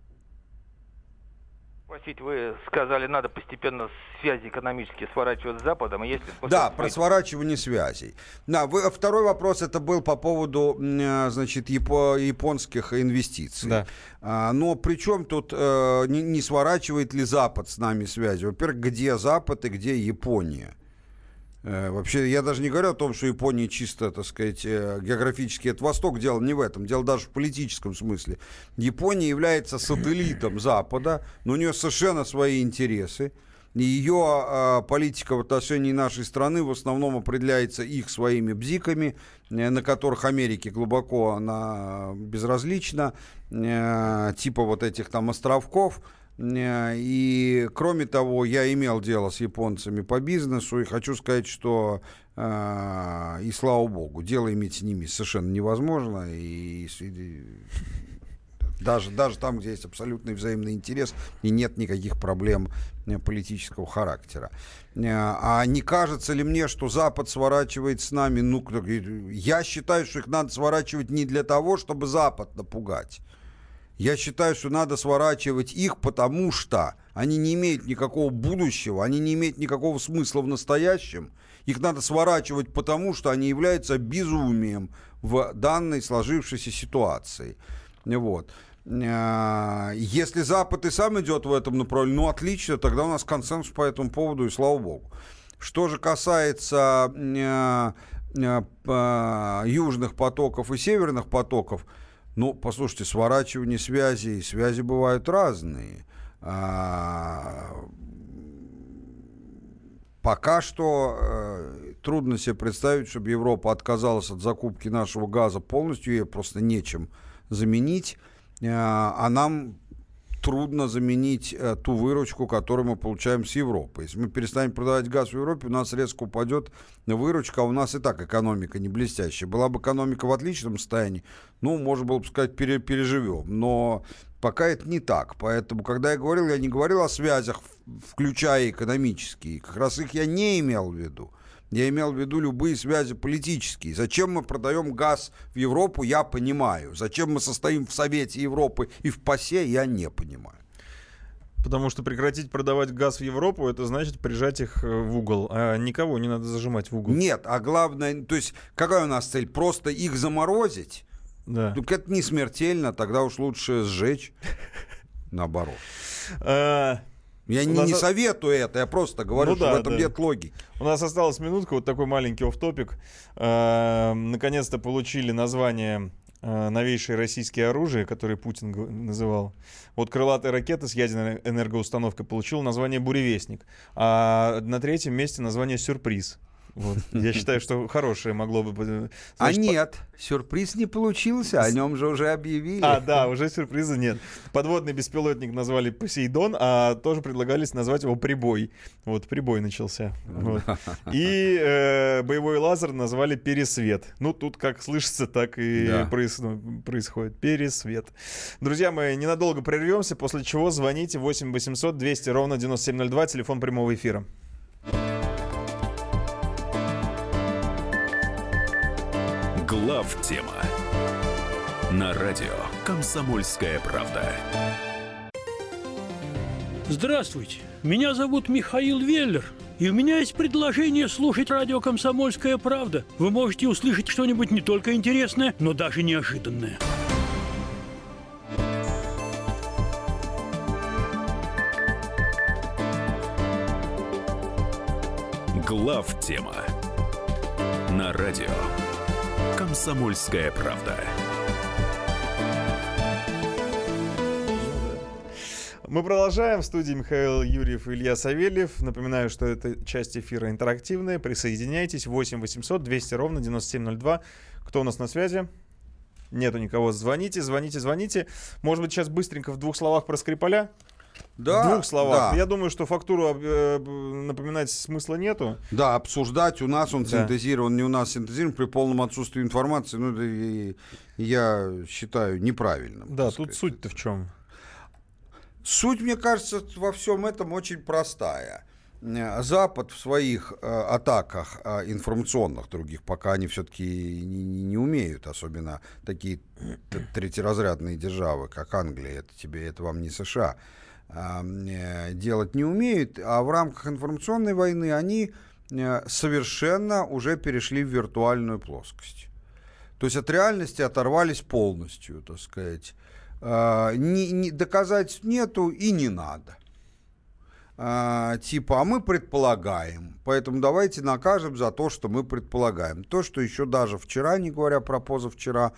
Спросить, вы сказали, надо постепенно связи экономические сворачивать с Западом. Если да, про сворачивание связей. Да, вы, второй вопрос это был по поводу, значит, япо, японских инвестиций. Да. А, но при чем тут э, не, не сворачивает ли Запад с нами связи? Во-первых, где Запад и где Япония? Вообще, я даже не говорю о том, что Япония чисто, так сказать, географически это Восток, дело не в этом, дело даже в политическом смысле. Япония является сателлитом Запада, но у нее совершенно свои интересы. И ее э, политика в отношении нашей страны в основном определяется их своими бзиками, э, на которых Америке глубоко она безразлична, э, типа вот этих там островков. И, кроме того, я имел дело с японцами по бизнесу, и хочу сказать, что, э, и слава богу, дело иметь с ними совершенно невозможно, и, и даже, даже там, где есть абсолютный взаимный интерес, и нет никаких проблем политического характера. А не кажется ли мне, что Запад сворачивает с нами? Ну, я считаю, что их надо сворачивать не для того, чтобы Запад напугать. Я считаю, что надо сворачивать их, потому что они не имеют никакого будущего, они не имеют никакого смысла в настоящем. Их надо сворачивать, потому что они являются безумием в данной сложившейся ситуации. Вот. Если Запад и сам идет в этом направлении, ну отлично, тогда у нас консенсус по этому поводу, и слава богу. Что же касается южных потоков и северных потоков, ну, послушайте, сворачивание связей, связи бывают разные. А, пока что э, трудно себе представить, чтобы Европа отказалась от закупки нашего газа полностью, ее просто нечем заменить, э, а нам трудно заменить э, ту выручку, которую мы получаем с Европы. Если мы перестанем продавать газ в Европе, у нас резко упадет выручка, а у нас и так экономика не блестящая. Была бы экономика в отличном состоянии, ну, можно было бы сказать, пере, переживем. Но пока это не так. Поэтому, когда я говорил, я не говорил о связях, включая экономические. Как раз их я не имел в виду. Я имел в виду любые связи политические. Зачем мы продаем газ в Европу, я понимаю. Зачем мы состоим в Совете Европы и в ПАСЕ, я не понимаю. Потому что прекратить продавать газ в Европу, это значит прижать их в угол. А никого не надо зажимать в угол. Нет, а главное, то есть какая у нас цель? Просто их заморозить? Да. Только это не смертельно, тогда уж лучше сжечь. Наоборот. А, я не, нас... не советую это, я просто говорю, ну, что да, в этом да. нет логики. У нас осталась минутка, вот такой маленький офф-топик. А, наконец-то получили название новейшие российские оружия, которые Путин называл. Вот крылатая ракета с ядерной энергоустановкой получила название «Буревестник», а на третьем месте название «Сюрприз». Вот. Я считаю, что хорошее могло бы... Значит, а нет, по... сюрприз не получился, о нем же уже объявили. А, да, уже сюрприза нет. Подводный беспилотник назвали «Посейдон», а тоже предлагались назвать его «Прибой». Вот, «Прибой» начался. Вот. И э, боевой лазер назвали «Пересвет». Ну, тут как слышится, так и да. проис... происходит. «Пересвет». Друзья мои, ненадолго прервемся, после чего звоните восемь восемьсот двести ровно девяносто семь ноль два, телефон прямого эфира. Главтема на радио «Комсомольская правда». Здравствуйте, меня зовут Михаил Веллер, и у меня есть предложение слушать радио «Комсомольская правда». Вы можете услышать что-нибудь не только интересное, но даже неожиданное. Главтема на радио «Комсомольская правда». Мы продолжаем. В студии Михаил Юрьев и Илья Савельев. Напоминаю, что эта часть эфира интерактивная. Присоединяйтесь. восемь восемьсот двести ровно девяносто семь ноль два. Кто у нас на связи? Нету никого. Звоните, звоните, звоните. Может быть, сейчас быстренько в двух словах про Скрипаля? Да, в двух словах. Да. Я думаю, что фактуру э, напоминать смысла нету. Да, обсуждать у нас он да. синтезирован, не у нас синтезирован при полном отсутствии информации. Ну, это, я считаю неправильным. Да, тут суть-то в чем? Суть, мне кажется, во всем этом очень простая. Запад в своих э, атаках э, информационных других, пока они все-таки не, не умеют, особенно такие третьеразрядные державы, как Англия, это тебе, это вам не США, э, делать не умеют, а в рамках информационной войны они э, совершенно уже перешли в виртуальную плоскость. То есть от реальности оторвались полностью, так сказать. Э, не, не, доказательств нету и не надо. А, типа, а мы предполагаем, поэтому давайте накажем за то, что мы предполагаем. То, что еще даже вчера, не говоря про позавчера,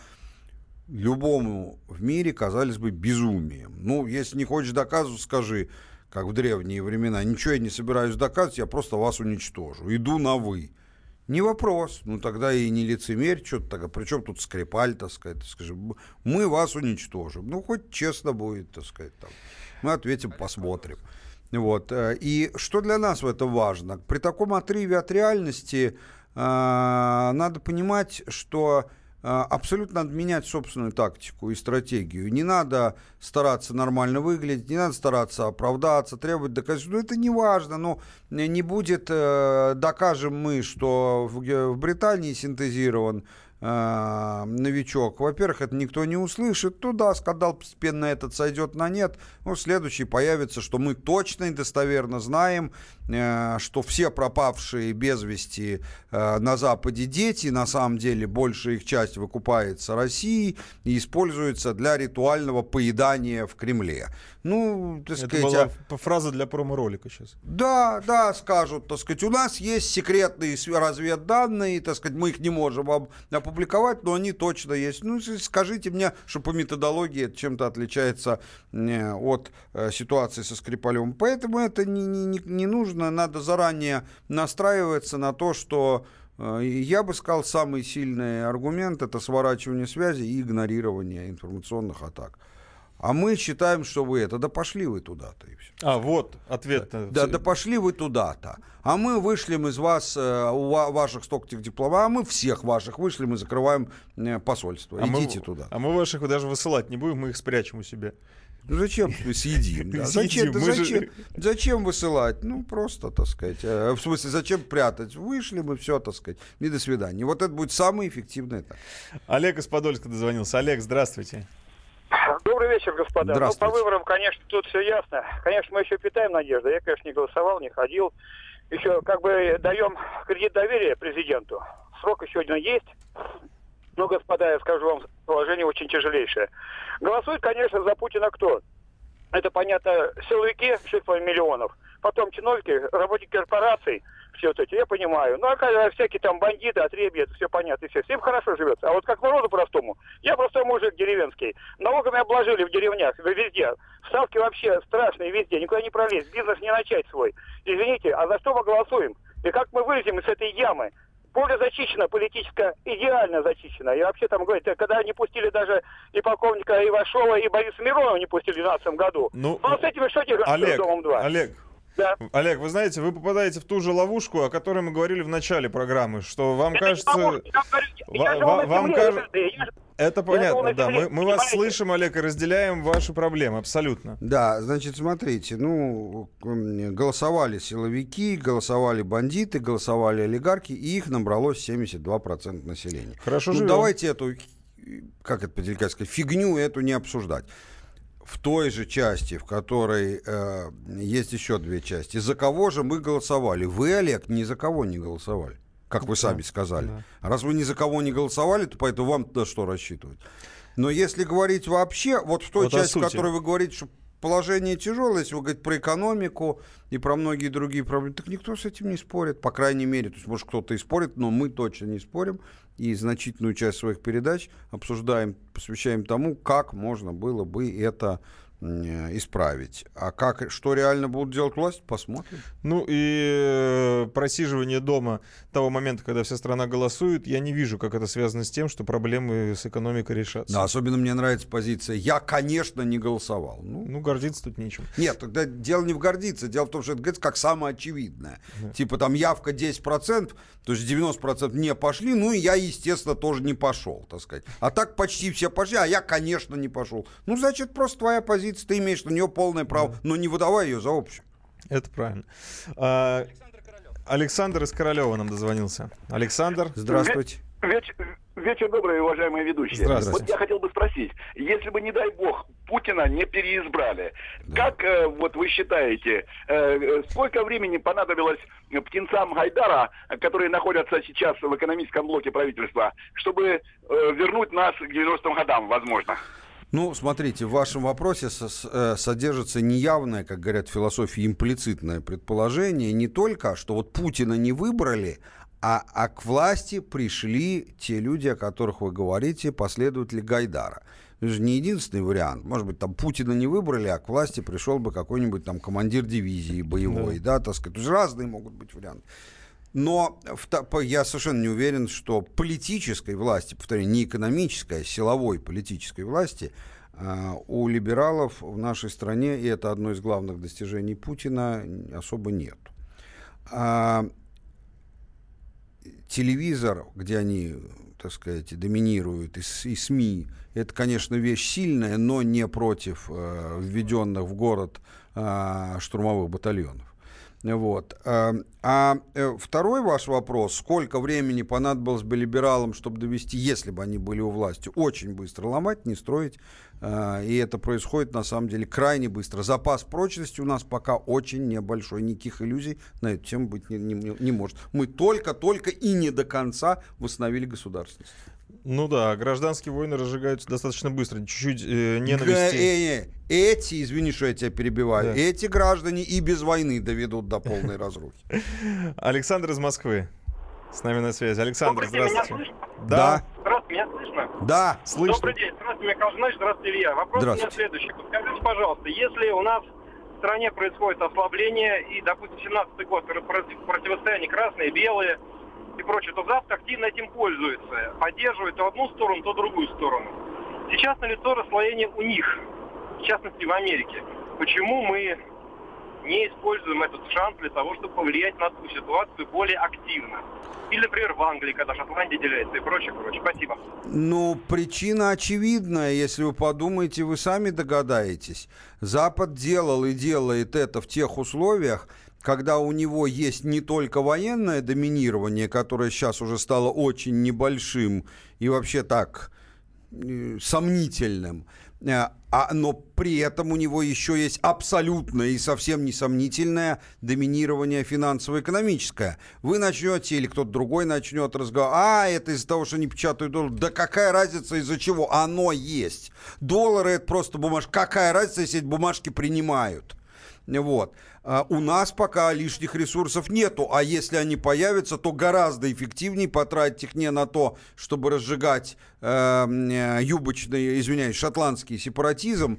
любому в мире казались бы безумием. Ну, если не хочешь доказывать, скажи, как в древние времена, ничего я не собираюсь доказывать, я просто вас уничтожу, иду на «вы». Не вопрос, ну тогда и не лицемерь, что-то тогда, причем тут Скрипаль, так сказать, скажи, мы вас уничтожим. Ну, хоть честно будет, так сказать, там. Мы ответим, посмотрим. Вот. И что для нас в этом важно? При таком отрыве от реальности э, надо понимать, что э, абсолютно надо менять собственную тактику и стратегию. Не надо стараться нормально выглядеть, не надо стараться оправдаться, требовать доказательств. Ну, это не важно, но не будет, э, докажем мы, что в, в Британии синтезирован э, новичок. Во-первых, это никто не услышит. Туда скандал постепенно этот сойдет на нет. Ну, следующий появится, что мы точно и достоверно знаем, э, что все пропавшие без вести э, на Западе дети, на самом деле большая их часть выкупается Россией и используется для ритуального поедания в Кремле. Ну, так сказать, это была а... фраза для промо-ролика сейчас. Да, да, скажут, так сказать, у нас есть секретные разведданные, так сказать, мы их не можем вам опубликовать, но они точно есть. Ну, скажите мне, что по методологии это чем-то отличается э, от э, ситуации со Скрипалем. Поэтому это не, не, не нужно, надо заранее настраиваться на то, что э, я бы сказал, самый сильный аргумент — это сворачивание связи и игнорирование информационных атак. А мы считаем, что вы это, да пошли вы туда-то и все. А, вот ответ. Да, да, да пошли вы туда-то. А мы вышлем из вас, э, у ваших столько дипломатов, а мы всех ваших вышлем и закрываем э, посольство. А Идите мы, туда. А мы ваших даже высылать не будем, мы их спрячем у себя. Ну зачем? Съедим. Да. Зачем, да, зачем, же... зачем высылать? Ну, просто, так сказать. В смысле, зачем прятать? Вышли мы, все, так сказать. И до свидания. Вот это будет самое эффективное. Так. Олег из Подольска дозвонился. Олег, здравствуйте. Добрый Добрый вечер, господа. Ну, по выборам, конечно, тут все ясно. Конечно, мы еще питаем надежду. Я, конечно, не голосовал, не ходил. Еще как бы даем кредит доверия президенту. Срок еще один есть. Ну, господа, я скажу вам, положение очень тяжелейшее. Голосует, конечно, за Путина кто? Это, понятно, силовики, шесть миллионов. Потом чиновники, работники корпораций, все вот эти, я понимаю. Ну, а когда всякие там бандиты, отребья, это все понятно, и все. Всем хорошо живется. А вот как народу простому, я простой мужик деревенский. Налогами обложили в деревнях, везде. Ставки вообще страшные везде, никуда не пролезть, бизнес не начать свой. Извините, а за что мы голосуем? И как мы вылезем из этой ямы? Поле зачищено, политическое идеально зачищено. И вообще там, говорят, когда не пустили даже и полковника Ивашова, и Бориса Миронова не пустили в две тысячи двенадцатом году. Ну, ну с этими что делать с Домом два? Олег, Да. Олег, вы знаете, вы попадаете в ту же ловушку, о которой мы говорили в начале программы, что вам это кажется... Вам кажется... Это понятно, да. Мы, мы вас слышим, Олег, и разделяем ваши проблемы, абсолютно. Да, значит, смотрите, ну, голосовали силовики, голосовали бандиты, голосовали олигархи, и их набралось семьдесят два процента населения. Хорошо ну, живем. Давайте эту, как это по-деликатски сказать, фигню эту не обсуждать. В той же части, в которой э, есть еще две части. За кого же мы голосовали? Вы, Олег, ни за кого не голосовали, как вы сами сказали. Да. Раз вы ни за кого не голосовали, то поэтому вам на что рассчитывать. Но если говорить вообще, вот в той вот части, в которой вы говорите, что положение тяжелое, если вы говорите про экономику и про многие другие проблемы, так никто с этим не спорит, по крайней мере. То есть, может, кто-то и спорит, но мы точно не спорим. И значительную часть своих передач обсуждаем, посвящаем тому, как можно было бы это исправить. А как, что реально будут делать власть, посмотрим. Ну и просиживание дома того момента, когда вся страна голосует, я не вижу, как это связано с тем, что проблемы с экономикой решатся. Да, особенно мне нравится позиция «я, конечно, не голосовал». Ну, ну гордиться тут нечем. Нет, тогда дело не в гордиться, дело в том, что это говорится как самое очевидное. Да. Типа там явка десять процентов, то есть девяносто процентов не пошли, ну и я, естественно, тоже не пошел, так сказать. А так почти все пошли, а я, конечно, не пошел. Ну, значит, просто твоя позиция. Ты имеешь на нее полное право, да. но не выдавай ее за общую. Это правильно. А, Александр из Королева нам дозвонился. Александр, здравствуйте. Вечер, вечер добрый, уважаемые ведущие. Вот я хотел бы спросить, если бы, не дай бог, Путина не переизбрали, да. как э, вот вы считаете, э, сколько времени понадобилось птенцам Гайдара, которые находятся сейчас в экономическом блоке правительства, чтобы э, вернуть нас к девяностым годам, возможно? Ну, смотрите, в вашем вопросе содержится неявное, как говорят в философии, имплицитное предположение не только, что вот Путина не выбрали, а, а к власти пришли те люди, о которых вы говорите, последователи Гайдара. Это же не единственный вариант. Может быть, там Путина не выбрали, а к власти пришел бы какой-нибудь там командир дивизии боевой, да, да так сказать. То есть разные могут быть варианты. Но я совершенно не уверен, что политической власти, повторяю, не экономической, а силовой политической власти у либералов в нашей стране, и это одно из главных достижений Путина, особо нет. Телевизор, где они, так сказать, доминируют, и СМИ, это, конечно, вещь сильная, но не против введенных в город штурмовых батальонов. Вот. А второй ваш вопрос, сколько времени понадобилось бы либералам, чтобы довести, если бы они были у власти, очень быстро ломать, не строить, и это происходит на самом деле крайне быстро. Запас прочности у нас пока очень небольшой, никаких иллюзий на эту тему быть не, не, не может. Мы только-только и не до конца восстановили государственность. Ну да, гражданские войны разжигаются достаточно быстро, чуть-чуть э, ненависти. Э, э, эти, извини, что я тебя перебиваю, да. эти граждане и без войны доведут до полной разрухи. Александр из Москвы с нами на связи. Александр, здравствуйте. Меня да. Здравствуйте, меня слышно? Да, слышно. Добрый день, здравствуйте, Михаил Жанович, здравствуйте, Илья. Вопрос у меня следующий. Скажите, пожалуйста, если у нас в стране происходит ослабление и, допустим, семнадцатый год, противостояние красные, белые и прочее, то Запад активно этим пользуется, поддерживает то одну сторону, то другую сторону. Сейчас налицо расслоение у них, в частности в Америке. Почему мы не используем этот шанс для того, чтобы повлиять на ту ситуацию более активно? Или, например, в Англии, когда Шотландия делится и прочее, прочее. Спасибо. Ну, причина очевидная. Если вы подумаете, вы сами догадаетесь. Запад делал и делает это в тех условиях, когда у него есть не только военное доминирование, которое сейчас уже стало очень небольшим и вообще так э, сомнительным, А, но при этом у него еще есть абсолютное и совсем несомнительное доминирование финансово-экономическое. Вы начнете, или кто-то другой начнет разговаривать, а, это из-за того, что не печатают доллар. Да какая разница, из-за чего? Оно есть. Доллары — это просто бумажки. Какая разница, если эти бумажки принимают? Вот. А у нас пока лишних ресурсов нету, а если они появятся, то гораздо эффективнее потратить их не на то, чтобы разжигать э, юбочный, извиняюсь, шотландский сепаратизм.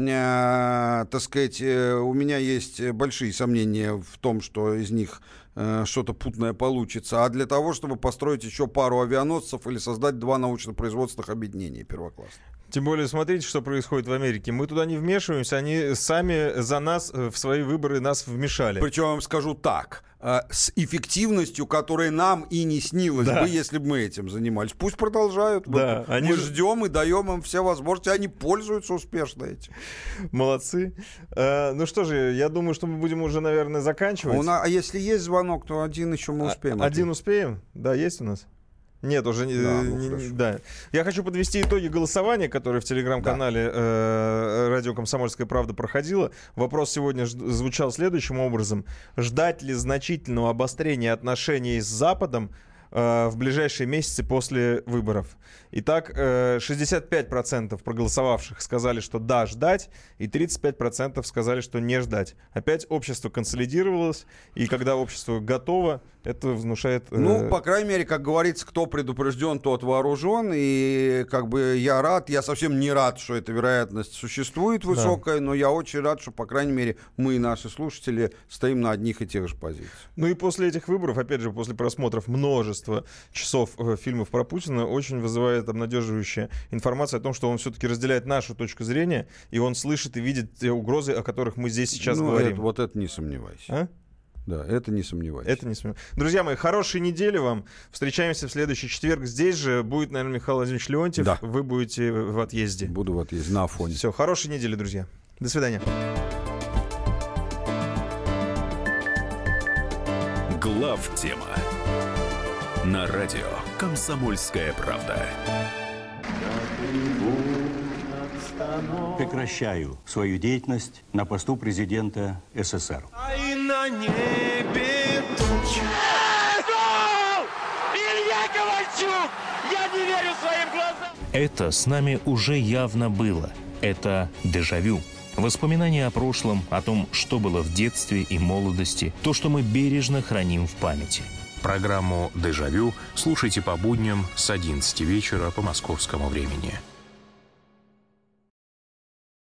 Э, так сказать, э, у меня есть большие сомнения в том, что из них э, что-то путное получится, а для того, чтобы построить еще пару авианосцев или создать два научно-производственных объединения первоклассных. Тем более, смотрите, что происходит в Америке. Мы туда не вмешиваемся, они сами за нас в свои выборы нас вмешали. Причем, я вам скажу так, с эффективностью, которая нам и не снилась да. бы, если бы мы этим занимались. Пусть продолжают. Да, мы они мы же... ждем и даем им все возможности, они пользуются успешно этим. Молодцы. А, ну что же, я думаю, что мы будем уже, наверное, заканчивать. А, нас, а если есть звонок, то один еще мы успеем. А, один успеем? Да, есть у нас? Нет, уже не, да, не, ну, не да. Я хочу подвести итоги голосования, которое в телеграм-канале да. э, «Радио Комсомольская правда» проходило. Вопрос сегодня ж, звучал следующим образом. Ждать ли значительного обострения отношений с Западом э, в ближайшие месяцы после выборов? Итак, э, шестьдесят пять процентов проголосовавших сказали, что да, ждать, и тридцать пять процентов сказали, что не ждать. Опять общество консолидировалось, и когда общество готово, это внушает... Э... Ну, по крайней мере, как говорится, кто предупрежден, тот вооружен, и как бы я рад, я совсем не рад, что эта вероятность существует высокая, да. но я очень рад, что, по крайней мере, мы и наши слушатели стоим на одних и тех же позициях. Ну и после этих выборов, опять же, после просмотров множества часов э, фильмов про Путина, очень вызывает обнадеживающая информация о том, что он все-таки разделяет нашу точку зрения, и он слышит и видит те угрозы, о которых мы здесь сейчас ну, говорим. Это, вот это не сомневайся. А? Да, это не сомневайся. Это не сомневайся. Друзья мои, хорошей недели вам. Встречаемся в следующий четверг. Здесь же будет, наверное, Михаил Владимирович Леонтьев. Да. Вы будете в отъезде. Буду в отъезде, на Афоне. Все, хорошей недели, друзья. До свидания. Главтема на радио «Комсомольская правда». Прекращаю свою деятельность на посту президента СССР. А и на небе тучи. Илья Ковальчук! Я не верю своим глазам! Это с нами уже явно было. Это дежавю. Воспоминания о прошлом, о том, что было в детстве и молодости, то, что мы бережно храним в памяти. Программу «Дежавю» слушайте по будням с одиннадцати вечера по московскому времени.